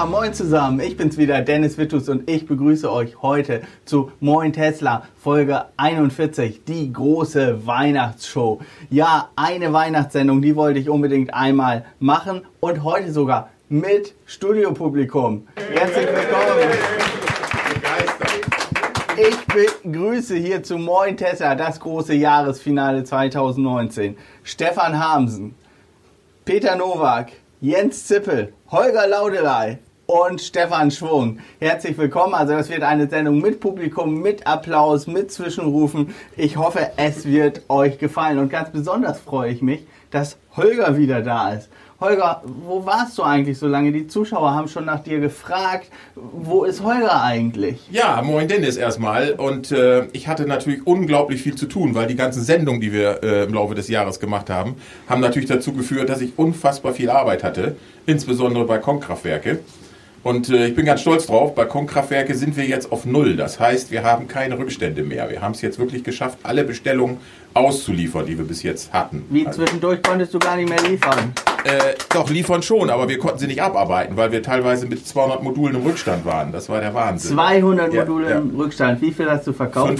Ja, moin zusammen, ich bin's wieder, Dennis Wittus, und ich begrüße euch heute zu Moin Tesla, Folge 41, die große Weihnachtsshow. Ja, eine Weihnachtssendung, die wollte ich unbedingt einmal machen und heute sogar mit Studiopublikum. Herzlich willkommen. Ich begrüße hier zu Moin Tesla, das große Jahresfinale 2019, Stefan Hamsen, Peter Nowak, Jens Zippel, Holger Laudeley und Stefan Schwung. Herzlich willkommen. Also das wird eine Sendung mit Publikum, mit Applaus, mit Zwischenrufen. Ich hoffe, es wird euch gefallen. Und ganz besonders freue ich mich, dass Holger wieder da ist. Holger, wo warst du eigentlich so lange? Die Zuschauer haben schon nach dir gefragt. Wo ist Holger eigentlich? Ja, moin Dennis erstmal. Und ich hatte natürlich unglaublich viel zu tun, weil die ganzen Sendungen, die wir im Laufe des Jahres gemacht haben, haben natürlich dazu geführt, dass ich unfassbar viel Arbeit hatte, insbesondere bei Balkonkraftwerke. Und ich bin ganz stolz drauf, Balkonkraftwerke sind wir jetzt auf Null. Das heißt, wir haben keine Rückstände mehr. Wir haben es jetzt wirklich geschafft, alle Bestellungen auszuliefern, die wir bis jetzt hatten. Wie, zwischendurch konntest du gar nicht mehr liefern? Doch, liefern schon, aber wir konnten sie nicht abarbeiten, weil wir teilweise mit 200 Modulen im Rückstand waren. Das war der Wahnsinn. 200 Module im Rückstand. Wie viel hast du verkauft?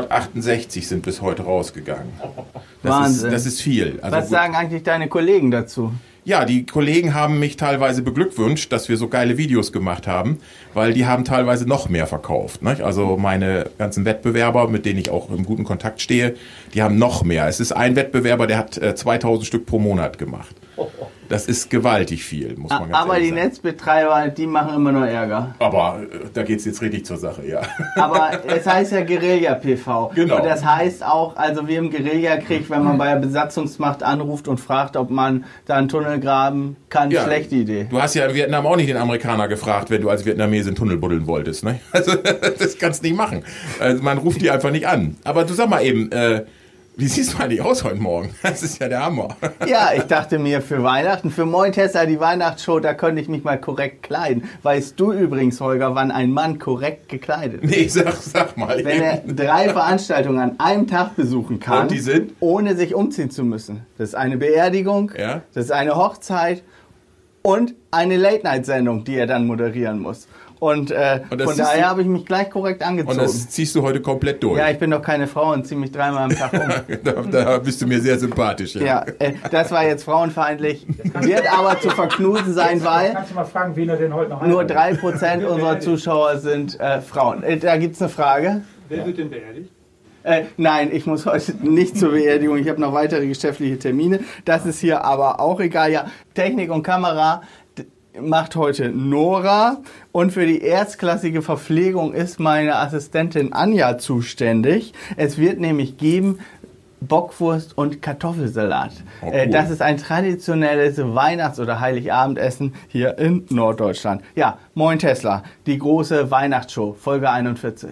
568 sind bis heute rausgegangen. Wahnsinn. Das ist viel. Also was sagen eigentlich deine Kollegen dazu? Ja, die Kollegen haben mich teilweise beglückwünscht, dass wir so geile Videos gemacht haben, weil die haben teilweise noch mehr verkauft. Nicht? Also meine ganzen Wettbewerber, mit denen ich auch im guten Kontakt stehe, die haben noch mehr. Es ist ein Wettbewerber, der hat 2000 Stück pro Monat gemacht. Das ist gewaltig viel, muss man ganz ehrlich sagen. Aber die Netzbetreiber, die machen immer nur Ärger. Aber da geht es jetzt richtig zur Sache, ja. Aber es heißt ja Guerilla-PV. Genau. Und das heißt auch, also wie im Guerilla-Krieg, wenn man bei der Besatzungsmacht anruft und fragt, ob man da einen Tunnel graben kann, Ja, schlechte Idee. Du hast ja in Vietnam auch nicht den Amerikaner gefragt, wenn du als Vietnamese einen Tunnel buddeln wolltest. Ne? Also das kannst du nicht machen. Also, man ruft die einfach nicht an. Aber du sag mal eben, wie siehst du eigentlich aus heute Morgen? Das ist ja der Hammer. Ja, ich dachte mir für Weihnachten, für Moin Tesla, die Weihnachtsshow, da könnte ich mich mal korrekt kleiden. Weißt du übrigens, Holger, wann ein Mann korrekt gekleidet ist? Nee, sag mal. Wenn er 3 Veranstaltungen an einem Tag besuchen kann, Und die sind? Ohne sich umziehen zu müssen. Das ist eine Beerdigung, Ja. das ist eine Hochzeit und eine Late-Night-Sendung, die er dann moderieren muss. Und von daher habe ich mich gleich korrekt angezogen. Und das ziehst du heute komplett durch. Ja, ich bin doch keine Frau und ziehe mich 3-mal am Tag um. da bist du mir sehr sympathisch. Ja, das war jetzt frauenfeindlich, wird aber zu verknusen sein, weil Kannst du mal fragen, wen er denn heute noch nur heiratet? 3% unserer Zuschauer sind Frauen. Da gibt es eine Frage. Wer wird denn beerdigt? Nein, ich muss heute nicht zur Beerdigung. Ich habe noch weitere geschäftliche Termine. Das ist hier aber auch egal. Ja, Technik und Kamera macht heute Nora. Und für die erstklassige Verpflegung ist meine Assistentin Anja zuständig. Es wird nämlich geben Bockwurst und Kartoffelsalat. Oh, cool. Das ist ein traditionelles Weihnachts- oder Heiligabendessen hier in Norddeutschland. Ja, Moin Tesla, die große Weihnachtsshow, Folge 41.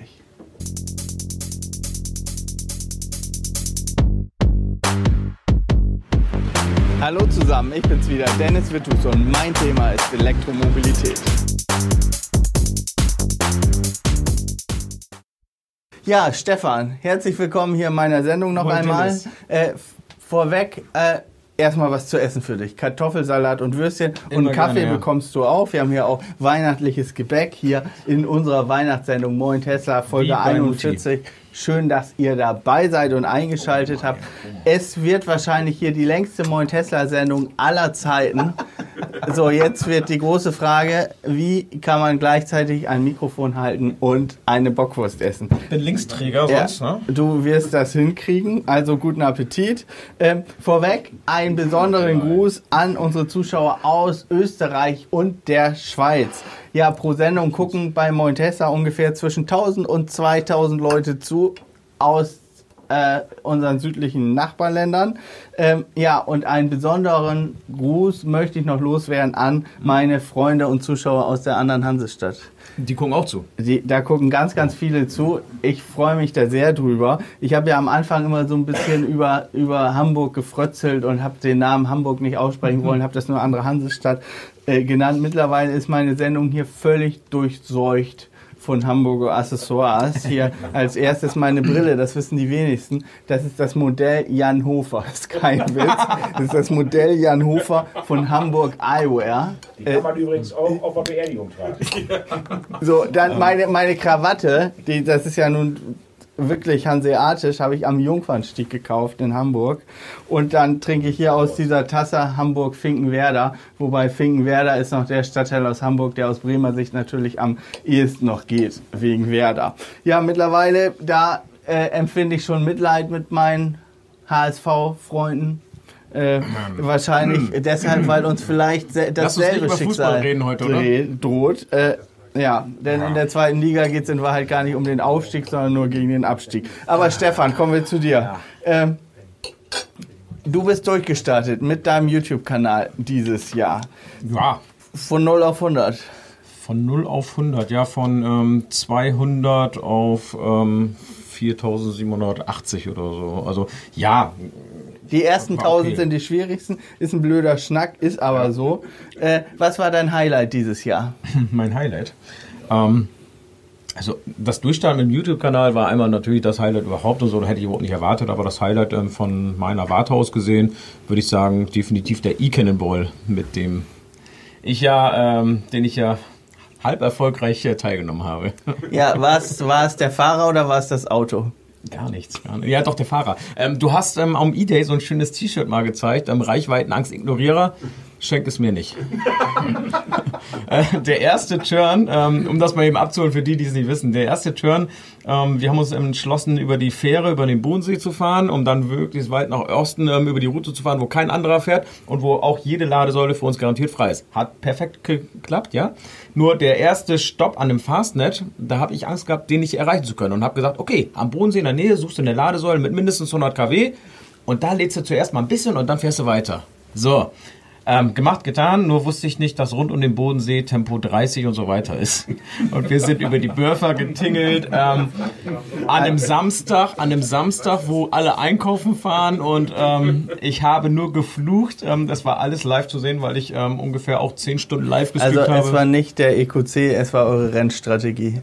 Hallo zusammen, ich bin's wieder, Dennis Wittus, und mein Thema ist Elektromobilität. Ja, Stefan, herzlich willkommen hier in meiner Sendung noch Moin, einmal. Dennis. Vorweg, erstmal was zu essen für dich. Kartoffelsalat und Würstchen und Immer Kaffee gerne, ja. bekommst du auch. Wir haben hier auch weihnachtliches Gebäck hier in unserer Weihnachtssendung Moin Tesla, Folge Wie bei 41. Schön, dass ihr dabei seid und eingeschaltet habt. Es wird wahrscheinlich hier die längste Moin Tesla-Sendung aller Zeiten. So, jetzt wird die große Frage, wie kann man gleichzeitig ein Mikrofon halten und eine Bockwurst essen? Ich bin Linksträger sonst, Ja, ne? du wirst das hinkriegen, also guten Appetit. Vorweg einen besonderen Gruß an unsere Zuschauer aus Österreich und der Schweiz. Ja, pro Sendung gucken bei Moin Tesla ungefähr zwischen 1000 und 2000 Leute zu aus unseren südlichen Nachbarländern. Ja, und einen besonderen Gruß möchte ich noch loswerden an meine Freunde und Zuschauer aus der anderen Hansestadt. Die gucken auch zu. Da gucken ganz, ganz viele zu. Ich freue mich da sehr drüber. Ich habe ja am Anfang immer so ein bisschen über Hamburg gefrötzelt und habe den Namen Hamburg nicht aussprechen wollen, habe das nur andere Hansestadt genannt. Mittlerweile ist meine Sendung hier völlig durchseucht von Hamburger Accessoires. Hier als erstes meine Brille, das wissen die wenigsten. Das ist das Modell Jan Hofer. Das ist kein Witz. Das ist das Modell Jan Hofer von Hamburg Eyewear. Die kann man übrigens auch auf der Beerdigung tragen. So, dann meine Krawatte, das ist ja nun wirklich hanseatisch, habe ich am Jungfernstieg gekauft in Hamburg. Und dann trinke ich hier aus dieser Tasse Hamburg-Finkenwerder. Wobei Finkenwerder ist noch der Stadtteil aus Hamburg, der aus Bremer Sicht natürlich am ehesten noch geht, wegen Werder. Ja, mittlerweile, da empfinde ich schon Mitleid mit meinen HSV-Freunden. Wahrscheinlich deshalb, weil uns vielleicht dasselbe Schicksal reden heute, oder? droht. Ja, denn in der zweiten Liga geht es in Wahrheit gar nicht um den Aufstieg, sondern nur gegen den Abstieg. Aber Stefan, kommen wir zu dir. Du bist durchgestartet mit deinem YouTube-Kanal dieses Jahr. Ja. Von 0 auf 100. Von 0 auf 100, ja, von 200 auf 4780 oder so. Also, ja. Die ersten 1000 sind die schwierigsten. Ist ein blöder Schnack, ist aber so. Was war dein Highlight dieses Jahr? Mein Highlight? Also das Durchstarten mit dem YouTube-Kanal war einmal natürlich das Highlight überhaupt und so, da hätte ich überhaupt nicht erwartet, aber das Highlight von meiner Warte aus gesehen, würde ich sagen, definitiv der E-Cannonball, mit dem den ich ja halb erfolgreich teilgenommen habe. Ja, war es der Fahrer oder war es das Auto? Gar nichts. Ja, doch, der Fahrer. Du hast am E-Day so ein schönes T-Shirt mal gezeigt, Reichweitenangst-Ignorierer. Schenk es mir nicht. Der erste Turn, um das mal eben abzuholen für die es nicht wissen, der erste Turn, wir haben uns entschlossen, über die Fähre, über den Bodensee zu fahren, um dann möglichst weit nach Osten über die Route zu fahren, wo kein anderer fährt und wo auch jede Ladesäule für uns garantiert frei ist. Hat perfekt geklappt, ja. Nur der erste Stopp an dem Fastnet, da habe ich Angst gehabt, den nicht erreichen zu können und habe gesagt, okay, am Bodensee in der Nähe suchst du eine Ladesäule mit mindestens 100 kW und da lädst du zuerst mal ein bisschen und dann fährst du weiter. So. Gemacht, getan, nur wusste ich nicht, dass rund um den Bodensee Tempo 30 und so weiter ist. Und wir sind über die Börfer getingelt, an einem Samstag, wo alle einkaufen fahren und ich habe nur geflucht. Das war alles live zu sehen, weil ich ungefähr auch 10 Stunden live gestreamt habe. Also es war nicht der EQC, es war eure Rennstrategie.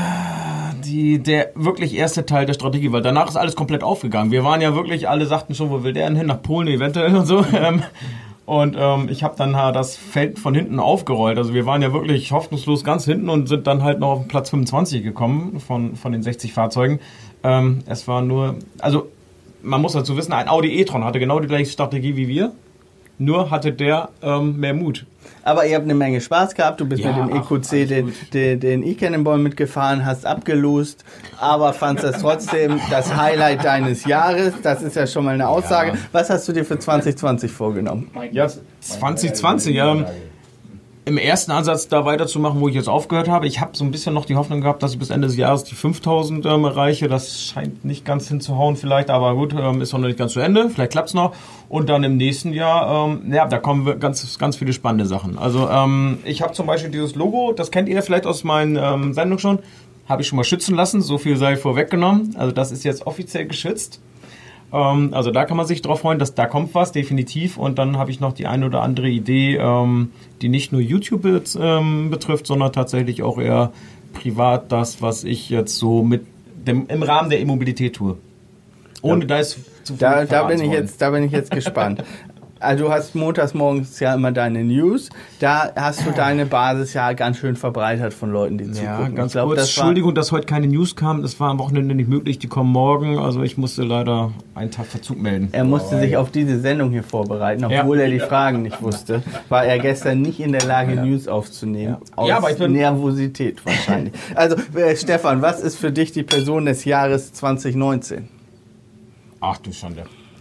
Der wirklich erste Teil der Strategie, weil danach ist alles komplett aufgegangen. Wir waren ja wirklich, alle sagten schon, wo will der denn hin? Nach Polen eventuell und so. Und ich habe dann das Feld von hinten aufgerollt. Also wir waren ja wirklich hoffnungslos ganz hinten und sind dann halt noch auf Platz 25 gekommen von den 60 Fahrzeugen. Es war nur, also man muss dazu wissen, ein Audi e-tron hatte genau die gleiche Strategie wie wir, nur hatte der mehr Mut. Aber ihr habt eine Menge Spaß gehabt, du bist mit dem EQC den E-Cannonball mitgefahren, hast abgelost, aber fandst das trotzdem das Highlight deines Jahres. Das ist ja schon mal eine Aussage. Ja. Was hast du dir für 2020 vorgenommen? Ja, 2020, im ersten Ansatz da weiterzumachen, wo ich jetzt aufgehört habe. Ich habe so ein bisschen noch die Hoffnung gehabt, dass ich bis Ende des Jahres die 5000 erreiche. Das scheint nicht ganz hinzuhauen vielleicht, aber gut, ist noch nicht ganz zu Ende. Vielleicht klappt es noch. Und dann im nächsten Jahr, da kommen ganz, ganz viele spannende Sachen. Also ich habe zum Beispiel dieses Logo, das kennt ihr vielleicht aus meinen Sendungen schon, habe ich schon mal schützen lassen. So viel sei vorweggenommen. Also das ist jetzt offiziell geschützt. Also da kann man sich drauf freuen, dass da kommt was, definitiv. Und dann habe ich noch die eine oder andere Idee, die nicht nur YouTube betrifft, sondern tatsächlich auch eher privat das, was ich jetzt so im Rahmen der E-Mobilität tue. Ohne da ist zu viel da bin ich jetzt gespannt. Also du hast montags morgens ja immer deine News. Da hast du deine Basis ja ganz schön verbreitert von Leuten, die zugucken. Ja, ganz kurz. Entschuldigung, dass heute keine News kam. Das war am Wochenende nicht möglich. Die kommen morgen. Also ich musste leider einen Tag Verzug melden. Er musste sich auf diese Sendung hier vorbereiten, obwohl er die Fragen nicht wusste. War er gestern nicht in der Lage, News aufzunehmen. Aus aber ich bin Nervosität wahrscheinlich. Also Stefan, was ist für dich die Person des Jahres 2019? Ach du Schande.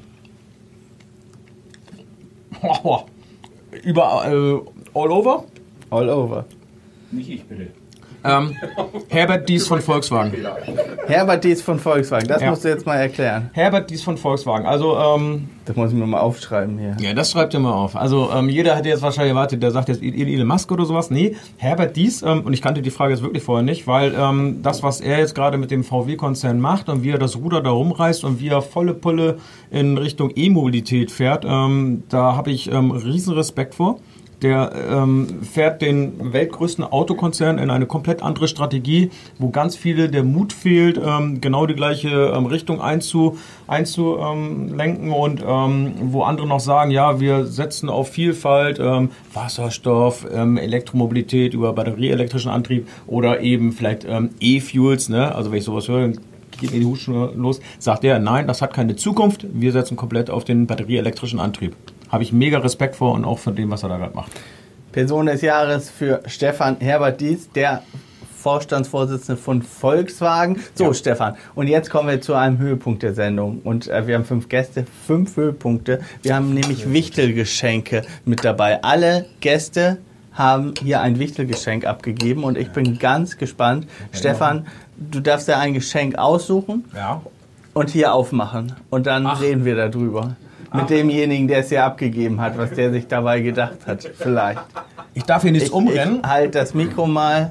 Überall, all over? All over. Nicht ich, bitte. Herbert Dies von Volkswagen. Herbert Dies von Volkswagen, das musst du jetzt mal erklären. Herbert Dies von Volkswagen, also das muss ich mir mal aufschreiben hier. Ja, das schreibt ihr mal auf. Also jeder hätte jetzt wahrscheinlich erwartet, der sagt jetzt Elon Musk oder sowas. Nee, Herbert Dies, und ich kannte die Frage jetzt wirklich vorher nicht, weil das, was er jetzt gerade mit dem VW-Konzern macht und wie er das Ruder da rumreißt und wie er volle Pulle in Richtung E-Mobilität fährt, da habe ich riesen Respekt vor. Der fährt den weltgrößten Autokonzern in eine komplett andere Strategie, wo ganz viele der Mut fehlt, genau die gleiche Richtung einzulenken und wo andere noch sagen, ja, wir setzen auf Vielfalt, Wasserstoff, Elektromobilität über batterieelektrischen Antrieb oder eben vielleicht E-Fuels, ne? Also wenn ich sowas höre, geht mir die Hutschnur los, sagt er, nein, das hat keine Zukunft, wir setzen komplett auf den batterieelektrischen Antrieb. Habe ich mega Respekt vor und auch von dem, was er da gerade macht. Person des Jahres für Stefan Herbert Dietz, der Vorstandsvorsitzende von Volkswagen. So, ja. Stefan, und jetzt kommen wir zu einem Höhepunkt der Sendung. Und wir haben 5 Gäste, 5 Höhepunkte. Wir haben nämlich Wichtelgeschenke mit dabei. Alle Gäste haben hier ein Wichtelgeschenk abgegeben und ich bin ganz gespannt. Ja, Stefan, du darfst ja ein Geschenk aussuchen und hier aufmachen. Und dann reden wir darüber. Mit demjenigen, der es hier abgegeben hat, was der sich dabei gedacht hat, vielleicht. Ich darf hier nichts umrennen. Ich halt das Mikro mal.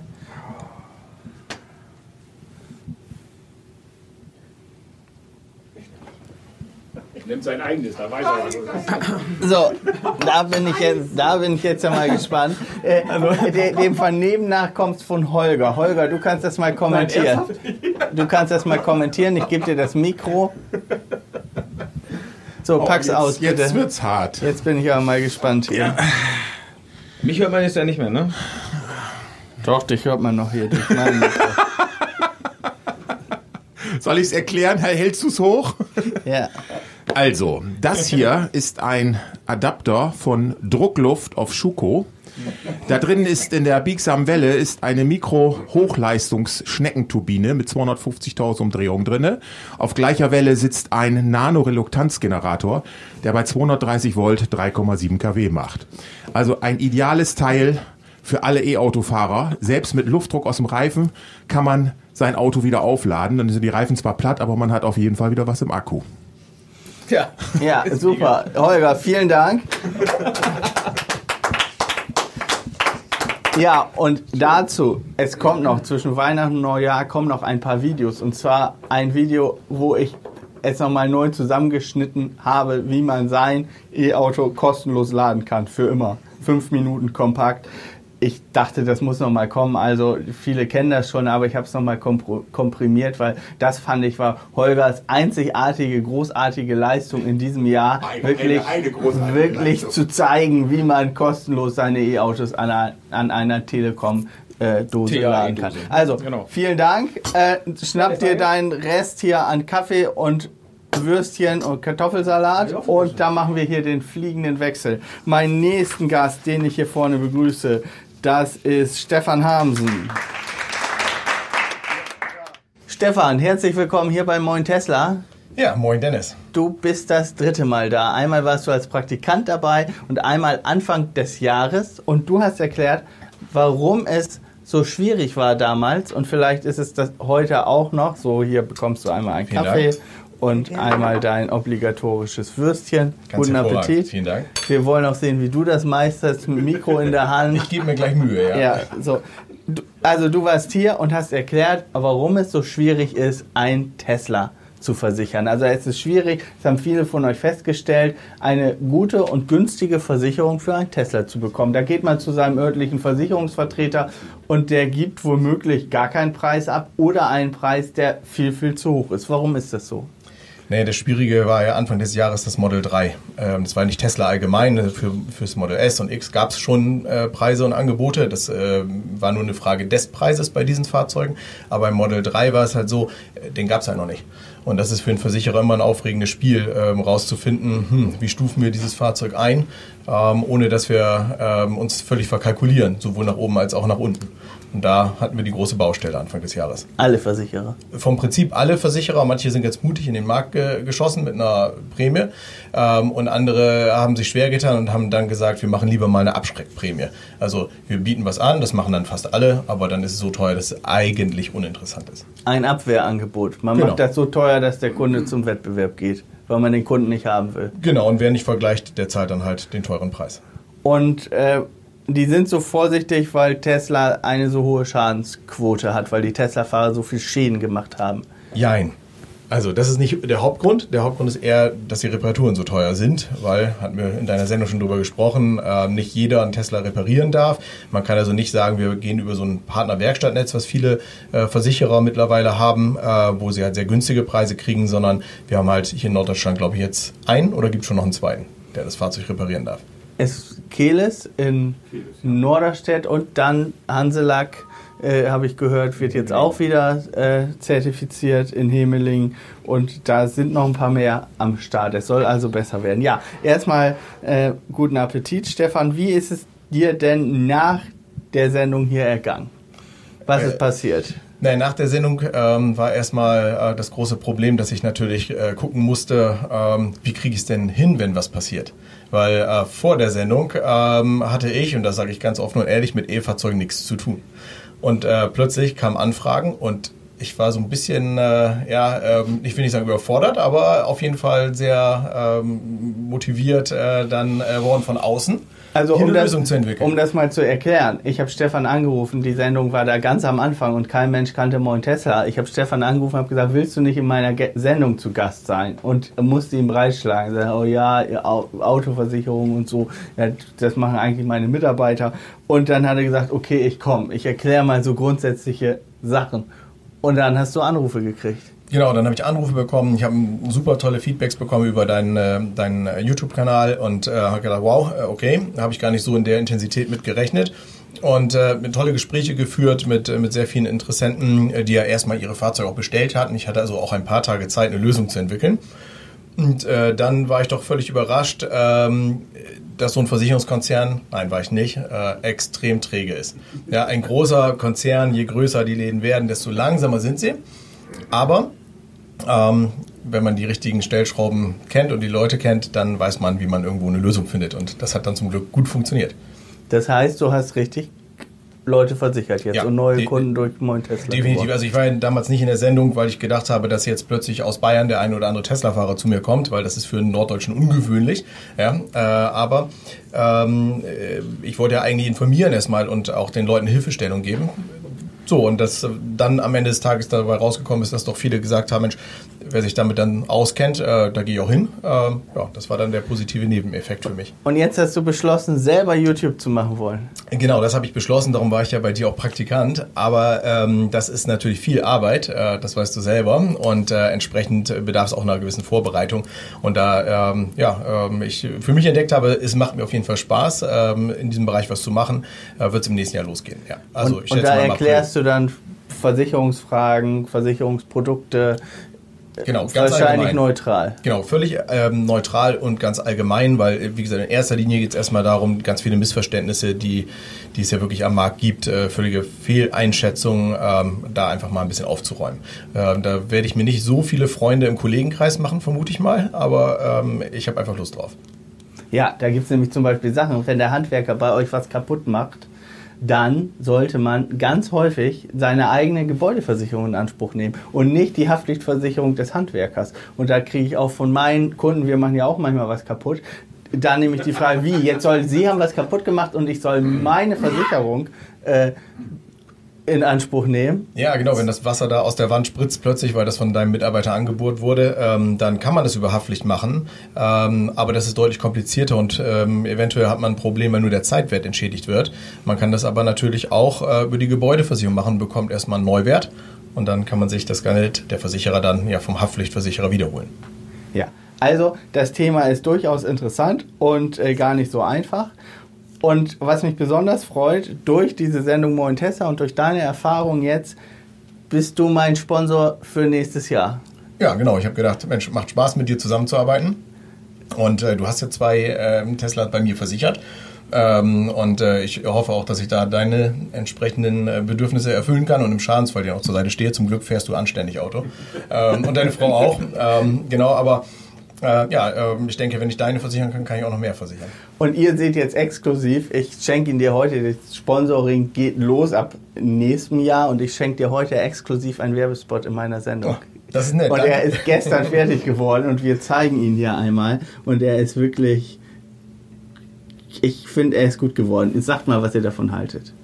Nimmt sein eigenes, da weiß er was. So, da bin ich jetzt ja mal gespannt. Dem Vernehmen nach kommt es von Holger. Holger, du kannst das mal kommentieren. Ich gebe dir das Mikro. So, pack's aus, bitte. Jetzt wird's hart. Jetzt bin ich aber mal gespannt hier. Ja. Mich hört man jetzt ja nicht mehr, ne? Doch, dich hört man noch hier durch mein Mikro. Soll ich es erklären? Hältst du es hoch? Ja. Also, das hier ist ein Adapter von Druckluft auf Schuko. Da drin ist in der biegsamen Welle ist eine Mikro-Hochleistungs-Schneckenturbine mit 250.000 Umdrehungen drinne. Auf gleicher Welle sitzt ein Nano-Reluktanzgenerator, der bei 230 Volt 3,7 kW macht. Also ein ideales Teil für alle E-Autofahrer. Selbst mit Luftdruck aus dem Reifen kann man sein Auto wieder aufladen. Dann sind die Reifen zwar platt, aber man hat auf jeden Fall wieder was im Akku. Ja, super. Holger, vielen Dank. Ja, und dazu, es kommt noch, zwischen Weihnachten und Neujahr kommen noch ein paar Videos. Und zwar ein Video, wo ich es nochmal neu zusammengeschnitten habe, wie man sein E-Auto kostenlos laden kann, für immer. 5 Minuten kompakt. Ich dachte, das muss nochmal kommen. Also viele kennen das schon, aber ich habe es nochmal komprimiert, weil das fand ich war Holgers einzigartige, großartige Leistung in diesem Jahr. Wirklich zu zeigen, wie man kostenlos seine E-Autos an einer Telekom-Dose laden kann. Also, vielen Dank. Schnapp dir deinen Rest hier an Kaffee und Würstchen und Kartoffelsalat und da machen wir hier den fliegenden Wechsel. Meinen nächsten Gast, den ich hier vorne begrüße, das ist Stefan Hamsen. Stefan, herzlich willkommen hier bei Moin Tesla. Ja, moin Dennis. Du bist das 3. Mal da. Einmal warst du als Praktikant dabei und einmal Anfang des Jahres und du hast erklärt, warum es so schwierig war damals und vielleicht ist es das heute auch noch. So, hier bekommst du einmal einen Kaffee. Dank. Und einmal dein obligatorisches Würstchen. Ganz guten Appetit. Vielen Dank. Wir wollen auch sehen, wie du das meisterst, mit dem Mikro in der Hand. Ich gebe mir gleich Mühe, ja. Ja, so. Also du warst hier und hast erklärt, warum es so schwierig ist, ein Tesla zu versichern. Also es ist schwierig, das haben viele von euch festgestellt, eine gute und günstige Versicherung für einen Tesla zu bekommen. Da geht man zu seinem örtlichen Versicherungsvertreter und der gibt womöglich gar keinen Preis ab oder einen Preis, der viel, viel zu hoch ist. Warum ist das so? Nee, das Schwierige war ja Anfang des Jahres das Model 3. Das war nicht Tesla allgemein. Fürs Model S und X gab es schon Preise und Angebote. Das war nur eine Frage des Preises bei diesen Fahrzeugen. Aber beim Model 3 war es halt so, den gab es halt noch nicht. Und das ist für einen Versicherer immer ein aufregendes Spiel, rauszufinden, wie stufen wir dieses Fahrzeug ein, ohne dass wir uns völlig verkalkulieren, sowohl nach oben als auch nach unten. Und da hatten wir die große Baustelle Anfang des Jahres. Alle Versicherer? Vom Prinzip alle Versicherer. Manche sind jetzt mutig in den Markt geschossen mit einer Prämie. Und andere haben sich schwer getan und haben dann gesagt, wir machen lieber mal eine Abschreckprämie. Also wir bieten was an, das machen dann fast alle, aber dann ist es so teuer, dass es eigentlich uninteressant ist. Ein Abwehrangebot. Man macht das so teuer, dass der Kunde zum Wettbewerb geht, weil man den Kunden nicht haben will. Genau, und wer nicht vergleicht, der zahlt dann halt den teuren Preis. Und die sind so vorsichtig, weil Tesla eine so hohe Schadensquote hat, weil die Tesla-Fahrer so viel Schäden gemacht haben. Jein. Also das ist nicht der Hauptgrund. Der Hauptgrund ist eher, dass die Reparaturen so teuer sind, weil, hatten wir in deiner Sendung schon drüber gesprochen, nicht jeder einen Tesla reparieren darf. Man kann also nicht sagen, wir gehen über so ein Partnerwerkstattnetz, was viele Versicherer mittlerweile haben, wo sie halt sehr günstige Preise kriegen, sondern wir haben halt hier in Norddeutschland, glaube ich, jetzt einen oder gibt es schon noch einen zweiten, der das Fahrzeug reparieren darf. Es Keles in Norderstedt und dann Hanselack, habe ich gehört, wird jetzt auch wieder zertifiziert in Hemeling und da sind noch ein paar mehr am Start. Es soll also besser werden. Ja, erstmal guten Appetit, Stefan. Wie ist es dir denn nach der Sendung hier ergangen? Was ist passiert? Nein, nach der Sendung war erstmal das große Problem, dass ich natürlich gucken musste, wie kriege ich es denn hin, wenn was passiert. Weil vor der Sendung hatte ich, und das sage ich ganz offen und ehrlich, mit E-Fahrzeugen nichts zu tun. Und plötzlich kamen Anfragen und ich war so ein bisschen, ich will nicht sagen überfordert, aber auf jeden Fall sehr motiviert dann worden von außen. Also eine Lösung zu entwickeln. Um das mal zu erklären, ich habe Stefan angerufen, die Sendung war da ganz am Anfang und kein Mensch kannte Moin Tesla. Ich habe Stefan angerufen und habe gesagt, willst du nicht in meiner Sendung zu Gast sein? Und musste ihm breitschlagen, sagen, oh ja, Autoversicherung und so, ja, das machen eigentlich meine Mitarbeiter. Und dann hat er gesagt, okay, ich komme, ich erkläre mal so grundsätzliche Sachen. Und dann hast du Anrufe gekriegt. Genau, dann habe ich Anrufe bekommen. Ich habe super tolle Feedbacks bekommen über deinen YouTube-Kanal und habe gedacht, wow, okay, habe ich gar nicht so in der Intensität mit gerechnet. Und mit tolle Gespräche geführt mit sehr vielen Interessenten, die ja erstmal ihre Fahrzeuge auch bestellt hatten. Ich hatte also auch ein paar Tage Zeit, eine Lösung zu entwickeln. Und dann war ich doch völlig überrascht, dass so ein Versicherungskonzern, nein, war ich nicht, extrem träge ist. Ja, ein großer Konzern, je größer die Läden werden, desto langsamer sind sie. Aber wenn man die richtigen Stellschrauben kennt und die Leute kennt, dann weiß man, wie man irgendwo eine Lösung findet. Und das hat dann zum Glück gut funktioniert. Das heißt, du hast richtig Leute versichert jetzt und neue Kunden durch Moin Tesla. Definitiv. Geworden. Also ich war damals nicht in der Sendung, weil ich gedacht habe, dass jetzt plötzlich aus Bayern der ein oder andere Tesla-Fahrer zu mir kommt, weil das ist für einen Norddeutschen ungewöhnlich. Ja, aber ich wollte ja eigentlich informieren erstmal und auch den Leuten Hilfestellung geben. So, und das dann am Ende des Tages dabei rausgekommen ist, dass doch viele gesagt haben, Mensch, wer sich damit dann auskennt, da gehe ich auch hin. Ja, das war dann der positive Nebeneffekt für mich. Und jetzt hast du beschlossen, selber YouTube zu machen wollen. Genau, das habe ich beschlossen, darum war ich ja bei dir auch Praktikant. Aber das ist natürlich viel Arbeit, das weißt du selber. Und entsprechend bedarf es auch einer gewissen Vorbereitung. Und da ich für mich entdeckt habe, es macht mir auf jeden Fall Spaß, in diesem Bereich was zu machen, wird es im nächsten Jahr losgehen. Ja. Also und da erklärst du dann Versicherungsfragen, Versicherungsprodukte, genau, ganz wahrscheinlich allgemein. Neutral. Genau, völlig neutral und ganz allgemein, weil, wie gesagt, in erster Linie geht es erstmal darum, ganz viele Missverständnisse, die es ja wirklich am Markt gibt, völlige Fehleinschätzungen, da einfach mal ein bisschen aufzuräumen. Da werde ich mir nicht so viele Freunde im Kollegenkreis machen, vermute ich mal, aber ich habe einfach Lust drauf. Ja, da gibt es nämlich zum Beispiel Sachen, wenn der Handwerker bei euch was kaputt macht, dann sollte man ganz häufig seine eigene Gebäudeversicherung in Anspruch nehmen und nicht die Haftpflichtversicherung des Handwerkers. Und da kriege ich auch von meinen Kunden, wir machen ja auch manchmal was kaputt, da nehme ich die Frage, wie, jetzt Sie haben was kaputt gemacht und ich soll meine Versicherung in Anspruch nehmen. Ja, genau, wenn das Wasser da aus der Wand spritzt plötzlich, weil das von deinem Mitarbeiter angebohrt wurde, dann kann man das über Haftpflicht machen, aber das ist deutlich komplizierter und eventuell hat man ein Problem, wenn nur der Zeitwert entschädigt wird. Man kann das aber natürlich auch über die Gebäudeversicherung machen, bekommt erstmal einen Neuwert und dann kann man sich das Geld der Versicherer dann ja vom Haftpflichtversicherer wiederholen. Ja, also das Thema ist durchaus interessant und gar nicht so einfach. Und was mich besonders freut, durch diese Sendung Moin Tesla und durch deine Erfahrung jetzt, bist du mein Sponsor für nächstes Jahr. Ja, genau. Ich habe gedacht, Mensch, macht Spaß, mit dir zusammenzuarbeiten. Und du hast ja 2 Tesla bei mir versichert. Und ich hoffe auch, dass ich da deine entsprechenden Bedürfnisse erfüllen kann und im Schadensfall dir auch zur Seite stehe. Zum Glück fährst du anständig Auto. Und deine Frau auch. Genau, aber... ich denke, wenn ich deine versichern kann, kann ich auch noch mehr versichern. Und ihr seht jetzt exklusiv, ich schenke ihn dir heute, das Sponsoring geht los ab nächstem Jahr und ich schenke dir heute exklusiv einen Werbespot in meiner Sendung. Oh, das ist nett. Und er ist gestern fertig geworden und wir zeigen ihn hier einmal und er ist wirklich, ich finde, er ist gut geworden. Sagt mal, was ihr davon haltet.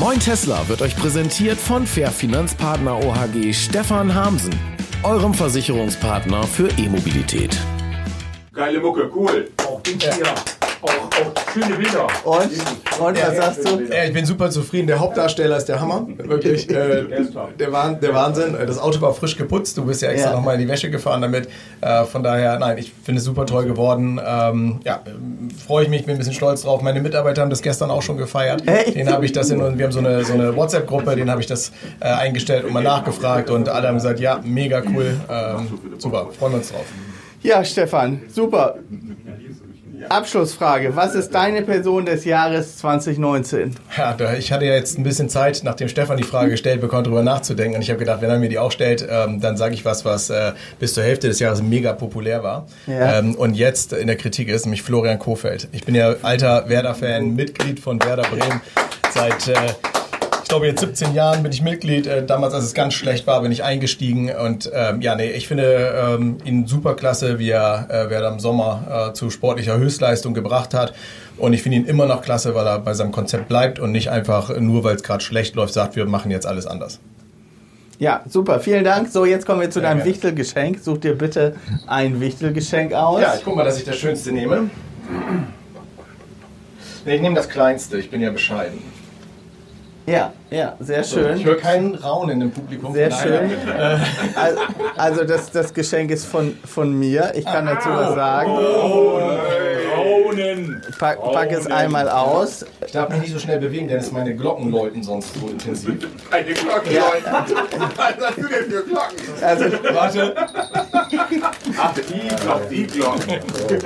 Moin Tesla wird euch präsentiert von Fair Finanzpartner OHG Stefan Hamsen, eurem Versicherungspartner für E-Mobilität. Geile Mucke, cool. Auch schöne Bilder. Und was sagst du? Ich bin super zufrieden. Der Hauptdarsteller ist der Hammer. Wirklich der Wahnsinn. Das Auto war frisch geputzt. Du bist ja extra nochmal in die Wäsche gefahren damit. Von daher, nein, ich finde es super toll geworden. Freue ich mich, bin ein bisschen stolz drauf. Meine Mitarbeiter haben das gestern auch schon gefeiert. Den habe ich das wir haben so eine WhatsApp-Gruppe, den habe ich das eingestellt und mal nachgefragt und alle haben gesagt, ja, mega cool. Super, freuen wir uns drauf. Ja, Stefan, super. Abschlussfrage. Was ist deine Person des Jahres 2019? Ja, ich hatte ja jetzt ein bisschen Zeit, nachdem Stefan die Frage gestellt bekommen, darüber nachzudenken. Und ich habe gedacht, wenn er mir die auch stellt, dann sage ich was bis zur Hälfte des Jahres mega populär war. Ja. Und jetzt in der Kritik ist nämlich Florian Kohfeldt. Ich bin ja alter Werder-Fan, Mitglied von Werder Bremen seit... ich glaube, jetzt 17 Jahren bin ich Mitglied. Damals, als es ganz schlecht war, bin ich eingestiegen. Und ich finde ihn super klasse, wie er Werder im Sommer zu sportlicher Höchstleistung gebracht hat. Und ich finde ihn immer noch klasse, weil er bei seinem Konzept bleibt und nicht einfach nur, weil es gerade schlecht läuft, sagt, wir machen jetzt alles anders. Ja, super. Vielen Dank. So, jetzt kommen wir zu deinem Wichtelgeschenk. Such dir bitte ein Wichtelgeschenk aus. Ja, ich guck mal, dass ich das Schönste nehme. Ich nehme das Kleinste. Ich bin ja bescheiden. Ja, sehr schön. Ich höre keinen Raunen im Publikum. Sehr schön. Also das Geschenk ist von mir. Ich kann dazu was sagen. Raunen. Pack es einmal aus. Ich darf mich nicht so schnell bewegen, denn es meine Glocken läuten sonst so intensiv. Keine Glocken läuten. Was hast du denn für Glocken? Also, warte. Ach, die Glocken.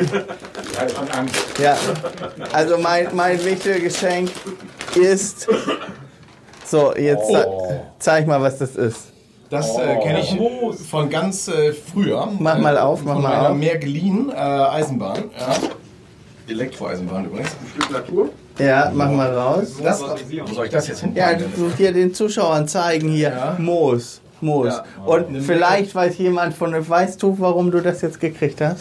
Ja, also mein Wichtelgeschenk ist... So, jetzt zeig mal, was das ist. Das kenne ich von ganz früher. Mach mal auf, mach mal auf. Märklin Eisenbahn. Ja. Elektroeisenbahn übrigens. Ein Stück Natur? Ja, mach mal raus. Wo soll ich das jetzt hin? Ja, du hier den Zuschauern zeigen hier. Ja. Moos. Ja. Und vielleicht weiß jemand weißt du, warum du das jetzt gekriegt hast?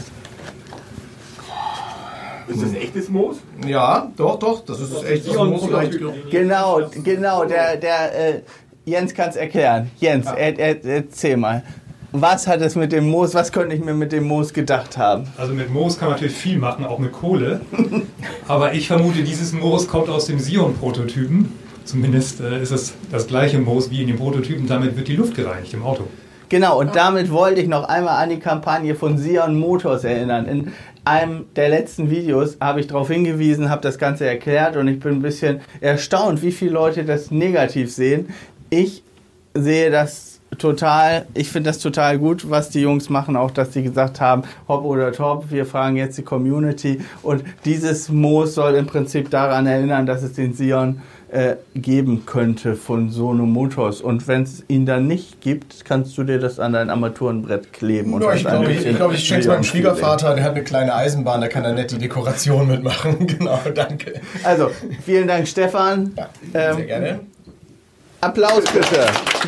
Ist das echtes Moos? Ja, doch, das ist echtes Moos. Genau, der Jens kann es erklären. Jens, erzähl mal. Was hat es mit dem Moos, was könnte ich mir mit dem Moos gedacht haben? Also mit Moos kann man natürlich viel machen, auch mit Kohle. Aber ich vermute, dieses Moos kommt aus dem Sion-Prototypen. Zumindest ist es das gleiche Moos wie in dem Prototypen. Damit wird die Luft gereinigt im Auto. Genau, und damit wollte ich noch einmal an die Kampagne von Sion Motors erinnern. In einem der letzten Videos habe ich darauf hingewiesen, habe das Ganze erklärt und ich bin ein bisschen erstaunt, wie viele Leute das negativ sehen. Ich sehe das ich finde das total gut, was die Jungs machen, auch dass sie gesagt haben, hopp oder top, wir fragen jetzt die Community und dieses Moos soll im Prinzip daran erinnern, dass es den Sion geben könnte von Sono Motors. Und wenn es ihn dann nicht gibt, kannst du dir das an dein Armaturenbrett kleben. Und ich glaube, ich schenke es meinem Schwiegervater, der hat eine kleine Eisenbahn, da kann er nett die Dekoration mitmachen. Genau, danke. Also, vielen Dank, Stefan. Ja, sehr gerne. Applaus bitte.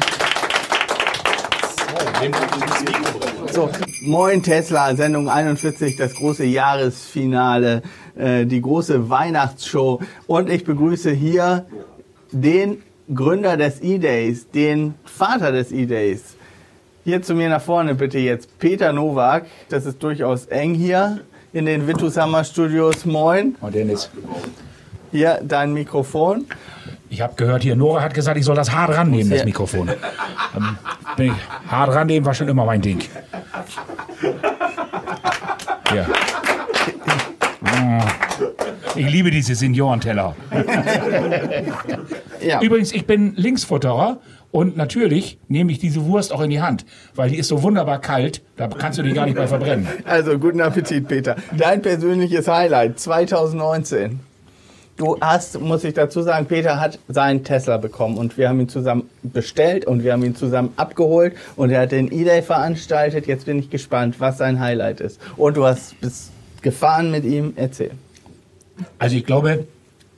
So, moin Tesla, Sendung 41, das große Jahresfinale, die große Weihnachtsshow. Und ich begrüße hier den Gründer des E-Days, den Vater des E-Days. Hier zu mir nach vorne bitte jetzt Peter Nowak. Das ist durchaus eng hier in den Wittushammer Studios. Moin. Und Dennis. Hier dein Mikrofon. Ich habe gehört, hier Nora hat gesagt, ich soll das hart rannehmen, das Mikrofon. Bin ich hart rannehmen, war schon immer mein Ding. Ja. Ich liebe diese Seniorenteller. Ja. Übrigens, ich bin Linksfutterer und natürlich nehme ich diese Wurst auch in die Hand, weil die ist so wunderbar kalt, da kannst du die gar nicht mehr verbrennen. Also, guten Appetit, Peter. Dein persönliches Highlight 2019. Du hast, muss ich dazu sagen, Peter hat seinen Tesla bekommen und wir haben ihn zusammen bestellt und wir haben ihn zusammen abgeholt und er hat den E-Day veranstaltet. Jetzt bin ich gespannt, was sein Highlight ist. Und du bist gefahren mit ihm. Erzähl. Also ich glaube,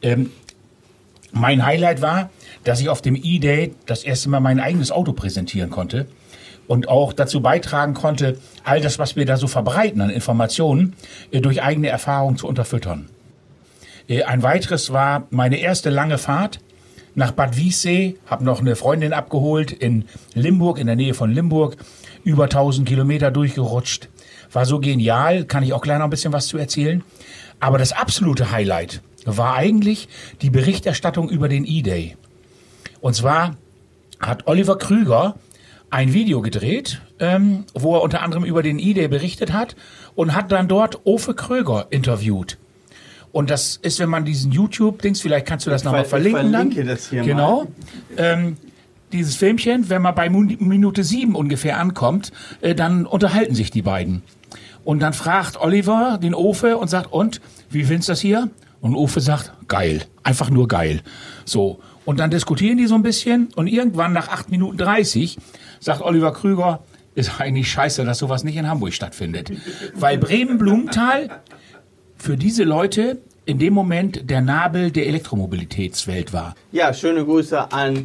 mein Highlight war, dass ich auf dem E-Day das erste Mal mein eigenes Auto präsentieren konnte und auch dazu beitragen konnte, all das, was wir da so verbreiten an Informationen, durch eigene Erfahrungen zu unterfüttern. Ein weiteres war meine erste lange Fahrt nach Bad Wiessee, habe noch eine Freundin abgeholt in Limburg, in der Nähe von Limburg, über 1000 Kilometer durchgerutscht. War so genial, kann ich auch gleich noch ein bisschen was zu erzählen. Aber das absolute Highlight war eigentlich die Berichterstattung über den E-Day. Und zwar hat Oliver Krüger ein Video gedreht, wo er unter anderem über den E-Day berichtet hat und hat dann dort Ofe Kröger interviewt. Und das ist, wenn man diesen YouTube-Dings, vielleicht kannst du das nochmal verlinken. Ich verlinke das hier genau. Dieses Filmchen, wenn man bei Minute 7 ungefähr ankommt, dann unterhalten sich die beiden. Und dann fragt Oliver den Ofe und sagt, und, wie findest du das hier? Und Ofe sagt, geil, einfach nur geil. So, und dann diskutieren die so ein bisschen und irgendwann nach 8 Minuten 30 sagt Oliver Krüger, ist eigentlich scheiße, dass sowas nicht in Hamburg stattfindet. Weil Bremen-Blumenthal für diese Leute in dem Moment der Nabel der Elektromobilitätswelt war. Ja, schöne Grüße an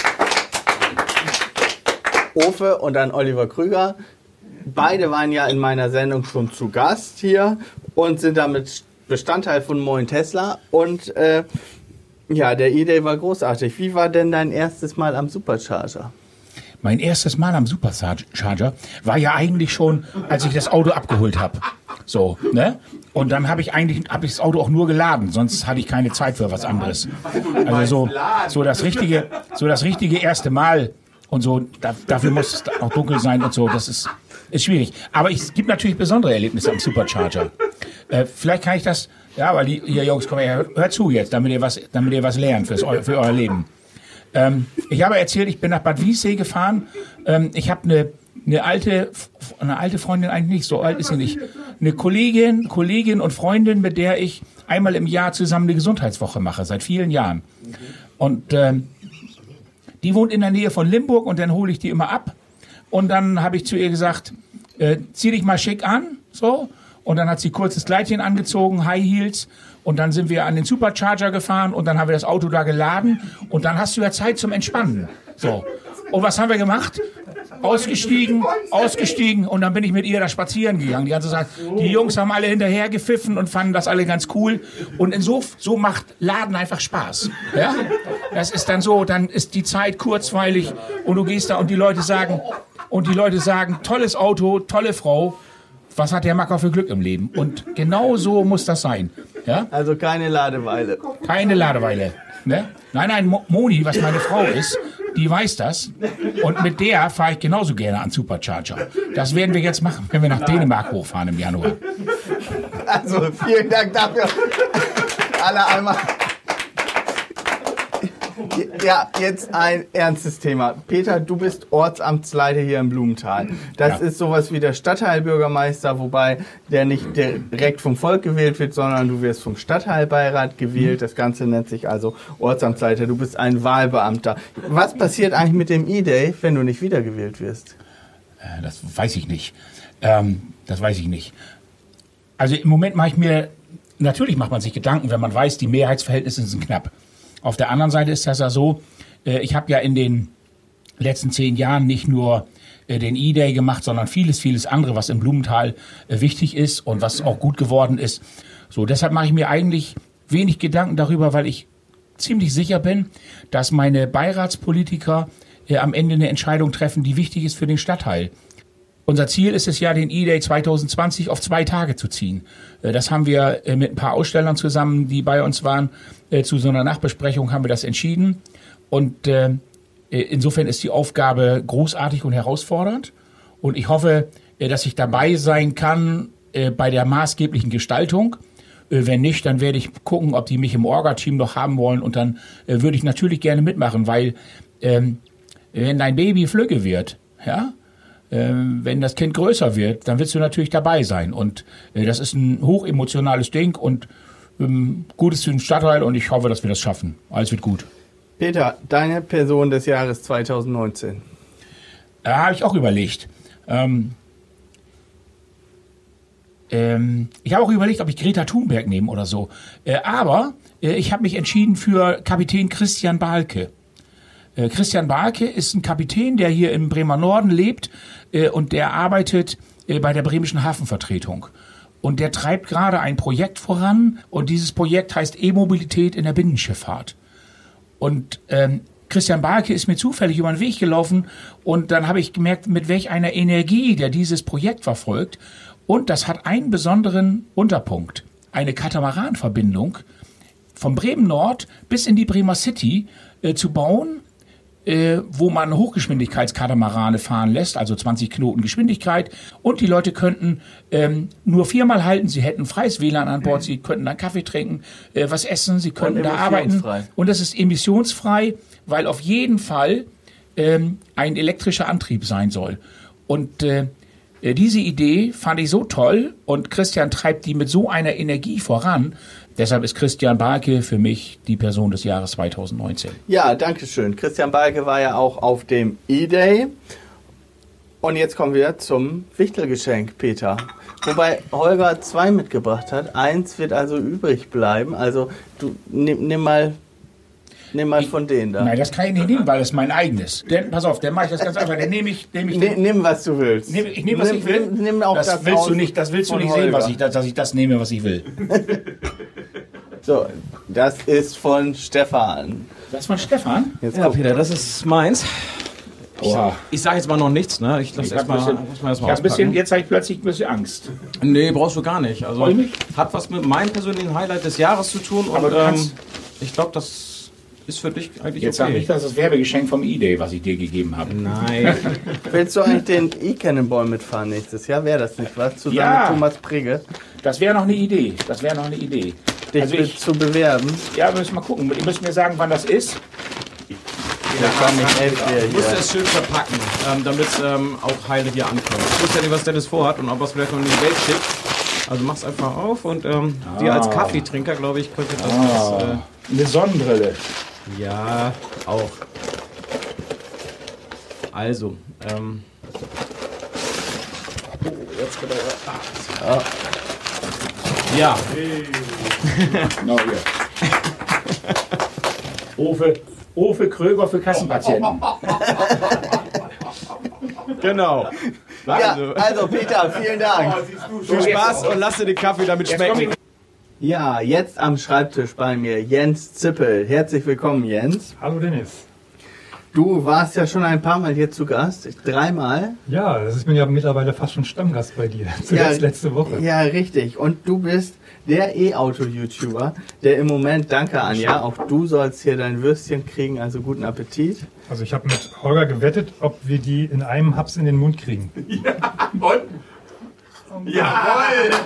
Ofe und an Oliver Krüger. Beide waren ja in meiner Sendung schon zu Gast hier und sind damit Bestandteil von Moin Tesla. Und ja, der E-Day war großartig. Wie war denn dein erstes Mal am Supercharger? Mein erstes Mal am Supercharger war ja eigentlich schon, als ich das Auto abgeholt habe. So, ne? Und dann habe ich das Auto auch nur geladen, sonst hatte ich keine Zeit für was anderes. Also so das richtige erste Mal und so, dafür muss es auch dunkel sein und so, das ist schwierig. Aber es gibt natürlich besondere Erlebnisse am Supercharger. Vielleicht kann ich das, ja, weil ihr Jungs, komm her, hört zu jetzt, damit ihr was lernt für euer Leben. Ich habe erzählt, ich bin nach Bad Wiessee gefahren. Ich habe eine alte Freundin, eigentlich nicht, so alt ist sie nicht. Eine Kollegin und Freundin, mit der ich einmal im Jahr zusammen eine Gesundheitswoche mache, seit vielen Jahren. Und die wohnt in der Nähe von Limburg und dann hole ich die immer ab. Und dann habe ich zu ihr gesagt, zieh dich mal schick an, so. Und dann hat sie kurzes Kleidchen angezogen, High Heels. Und dann sind wir an den Supercharger gefahren und dann haben wir das Auto da geladen. Und dann hast du ja Zeit zum Entspannen. So. Und was haben wir gemacht? Ausgestiegen und dann bin ich mit ihr da spazieren gegangen. Die ganze Zeit, die Jungs haben alle hinterher gepfiffen und fanden das alle ganz cool. Und so macht Laden einfach Spaß. Ja? Das ist dann so, dann ist die Zeit kurzweilig und du gehst da und die Leute sagen, tolles Auto, tolle Frau. Was hat der Macker für Glück im Leben? Und genau so muss das sein. Ja? Also keine Ladeweile. Keine Ladeweile. Ne? Nein, Moni, was meine Frau ist, die weiß das. Und mit der fahre ich genauso gerne an Supercharger. Das werden wir jetzt machen, wenn wir nach Dänemark hochfahren im Januar. Also vielen Dank dafür. Alle einmal. Ja, jetzt ein ernstes Thema. Peter, du bist Ortsamtsleiter hier im Blumenthal. Das ist sowas wie der Stadtteilbürgermeister, wobei der nicht direkt vom Volk gewählt wird, sondern du wirst vom Stadtteilbeirat gewählt. Das Ganze nennt sich also Ortsamtsleiter. Du bist ein Wahlbeamter. Was passiert eigentlich mit dem E-Day, wenn du nicht wiedergewählt wirst? Das weiß ich nicht. Also im Moment natürlich macht man sich Gedanken, wenn man weiß, die Mehrheitsverhältnisse sind knapp. Auf der anderen Seite ist das ja so, ich habe ja in den letzten 10 Jahren nicht nur den E-Day gemacht, sondern vieles andere, was im Blumenthal wichtig ist und was auch gut geworden ist. So, deshalb mache ich mir eigentlich wenig Gedanken darüber, weil ich ziemlich sicher bin, dass meine Beiratspolitiker am Ende eine Entscheidung treffen, die wichtig ist für den Stadtteil. Unser Ziel ist es ja, den E-Day 2020 auf 2 Tage zu ziehen. Das haben wir mit ein paar Ausstellern zusammen, die bei uns waren. Zu so einer Nachbesprechung haben wir das entschieden. Und insofern ist die Aufgabe großartig und herausfordernd. Und ich hoffe, dass ich dabei sein kann bei der maßgeblichen Gestaltung. Wenn nicht, dann werde ich gucken, ob die mich im Orga-Team noch haben wollen. Und dann würde ich natürlich gerne mitmachen, weil wenn dein Baby Flügge wird, ja, wenn das Kind größer wird, dann willst du natürlich dabei sein. Und das ist ein hochemotionales Ding und Gutes für den Stadtteil und ich hoffe, dass wir das schaffen. Alles wird gut. Peter, deine Person des Jahres 2019. Da habe ich auch überlegt. Ich habe auch überlegt, ob ich Greta Thunberg nehme oder so. Aber ich habe mich entschieden für Kapitän Christian Bahlke. Christian Bahlke ist ein Kapitän, der hier im Bremer Norden lebt und der arbeitet bei der Bremischen Hafenvertretung. Und der treibt gerade ein Projekt voran und dieses Projekt heißt E-Mobilität in der Binnenschifffahrt. Und Christian Barke ist mir zufällig über den Weg gelaufen und dann habe ich gemerkt, mit welch einer Energie der dieses Projekt verfolgt. Und das hat einen besonderen Unterpunkt. Eine Katamaranverbindung von Bremen Nord bis in die Bremer City zu bauen, wo man Hochgeschwindigkeitskatamarane fahren lässt, also 20 Knoten Geschwindigkeit. Und die Leute könnten nur 4-mal halten, sie hätten freies WLAN an Bord, sie könnten dann Kaffee trinken, was essen, sie könnten da arbeiten. Und das ist emissionsfrei, weil auf jeden Fall ein elektrischer Antrieb sein soll. Und diese Idee fand ich so toll und Christian treibt die mit so einer Energie voran. Deshalb ist Christian Barke für mich die Person des Jahres 2019. Ja, danke schön. Christian Barke war ja auch auf dem E-Day. Und jetzt kommen wir zum Wichtelgeschenk, Peter. Wobei Holger 2 mitgebracht hat. 1 wird also übrig bleiben. Also du nimm mal von denen da. Nein, das kann ich nicht nehmen, weil das ist mein eigenes. Pass auf, dann mache ich das ganz einfach. Dann nehme ich nimm, was du willst. Ich nehme, was ich will. Nimm auch das willst du nicht sehen, dass ich das nehme, was ich will. So, das ist von Stefan. Das ist von Stefan? Jetzt Ja, Peter, das ist meins. Oha. Ich sage jetzt mal noch nichts, ne? Ich lasse erstmal auspacken. Jetzt habe ich plötzlich ein bisschen Angst. Nee, brauchst du gar nicht. Also Brauch ich nicht? hat was mit meinem persönlichen Highlight des Jahres zu tun. Aber und ich glaube, das ist für dich eigentlich jetzt okay. sag nicht, dass das Werbegeschenk vom E-Day, was ich dir gegeben habe. Nein. Willst du eigentlich den E-Cannonball mitfahren nächstes Jahr? Wäre das nicht was? Zusammen Ja. mit Thomas Prigge. Das wäre noch eine Idee. Dich zu bewerben. Ja, wir müssen mal gucken. Ihr müsst mir sagen, wann das ist. Du musst es schön verpacken, damit es auch heile hier ankommt. Ich wusste ja nicht, was Dennis vorhat und ob er es vielleicht noch in die Welt schickt. Also mach's einfach auf und dir als Kaffeetrinker, glaube ich, könnte das Eine Sonnenbrille. ja, auch. Also, jetzt genau. Ja. Genau hier. Ofe Kröger für Kassenpatienten. Genau. Ja, also Peter, vielen Dank. Viel Spaß und lass dir den Kaffee damit schmecken. Ja, jetzt am Schreibtisch bei mir Jens Zippel. Herzlich willkommen, Jens. Hallo Dennis. Du warst ja schon ein paar Mal hier zu Gast. 3 Mal. Ja, ich bin ja mittlerweile fast schon Stammgast bei dir. Zuletzt letzte Woche. Ja, richtig. Und du bist der E-Auto-YouTuber, der im Moment, danke Anja, auch du sollst hier dein Würstchen kriegen, also guten Appetit. Also ich habe mit Holger gewettet, ob wir die in einem Haps in den Mund kriegen. Und? Jawohl!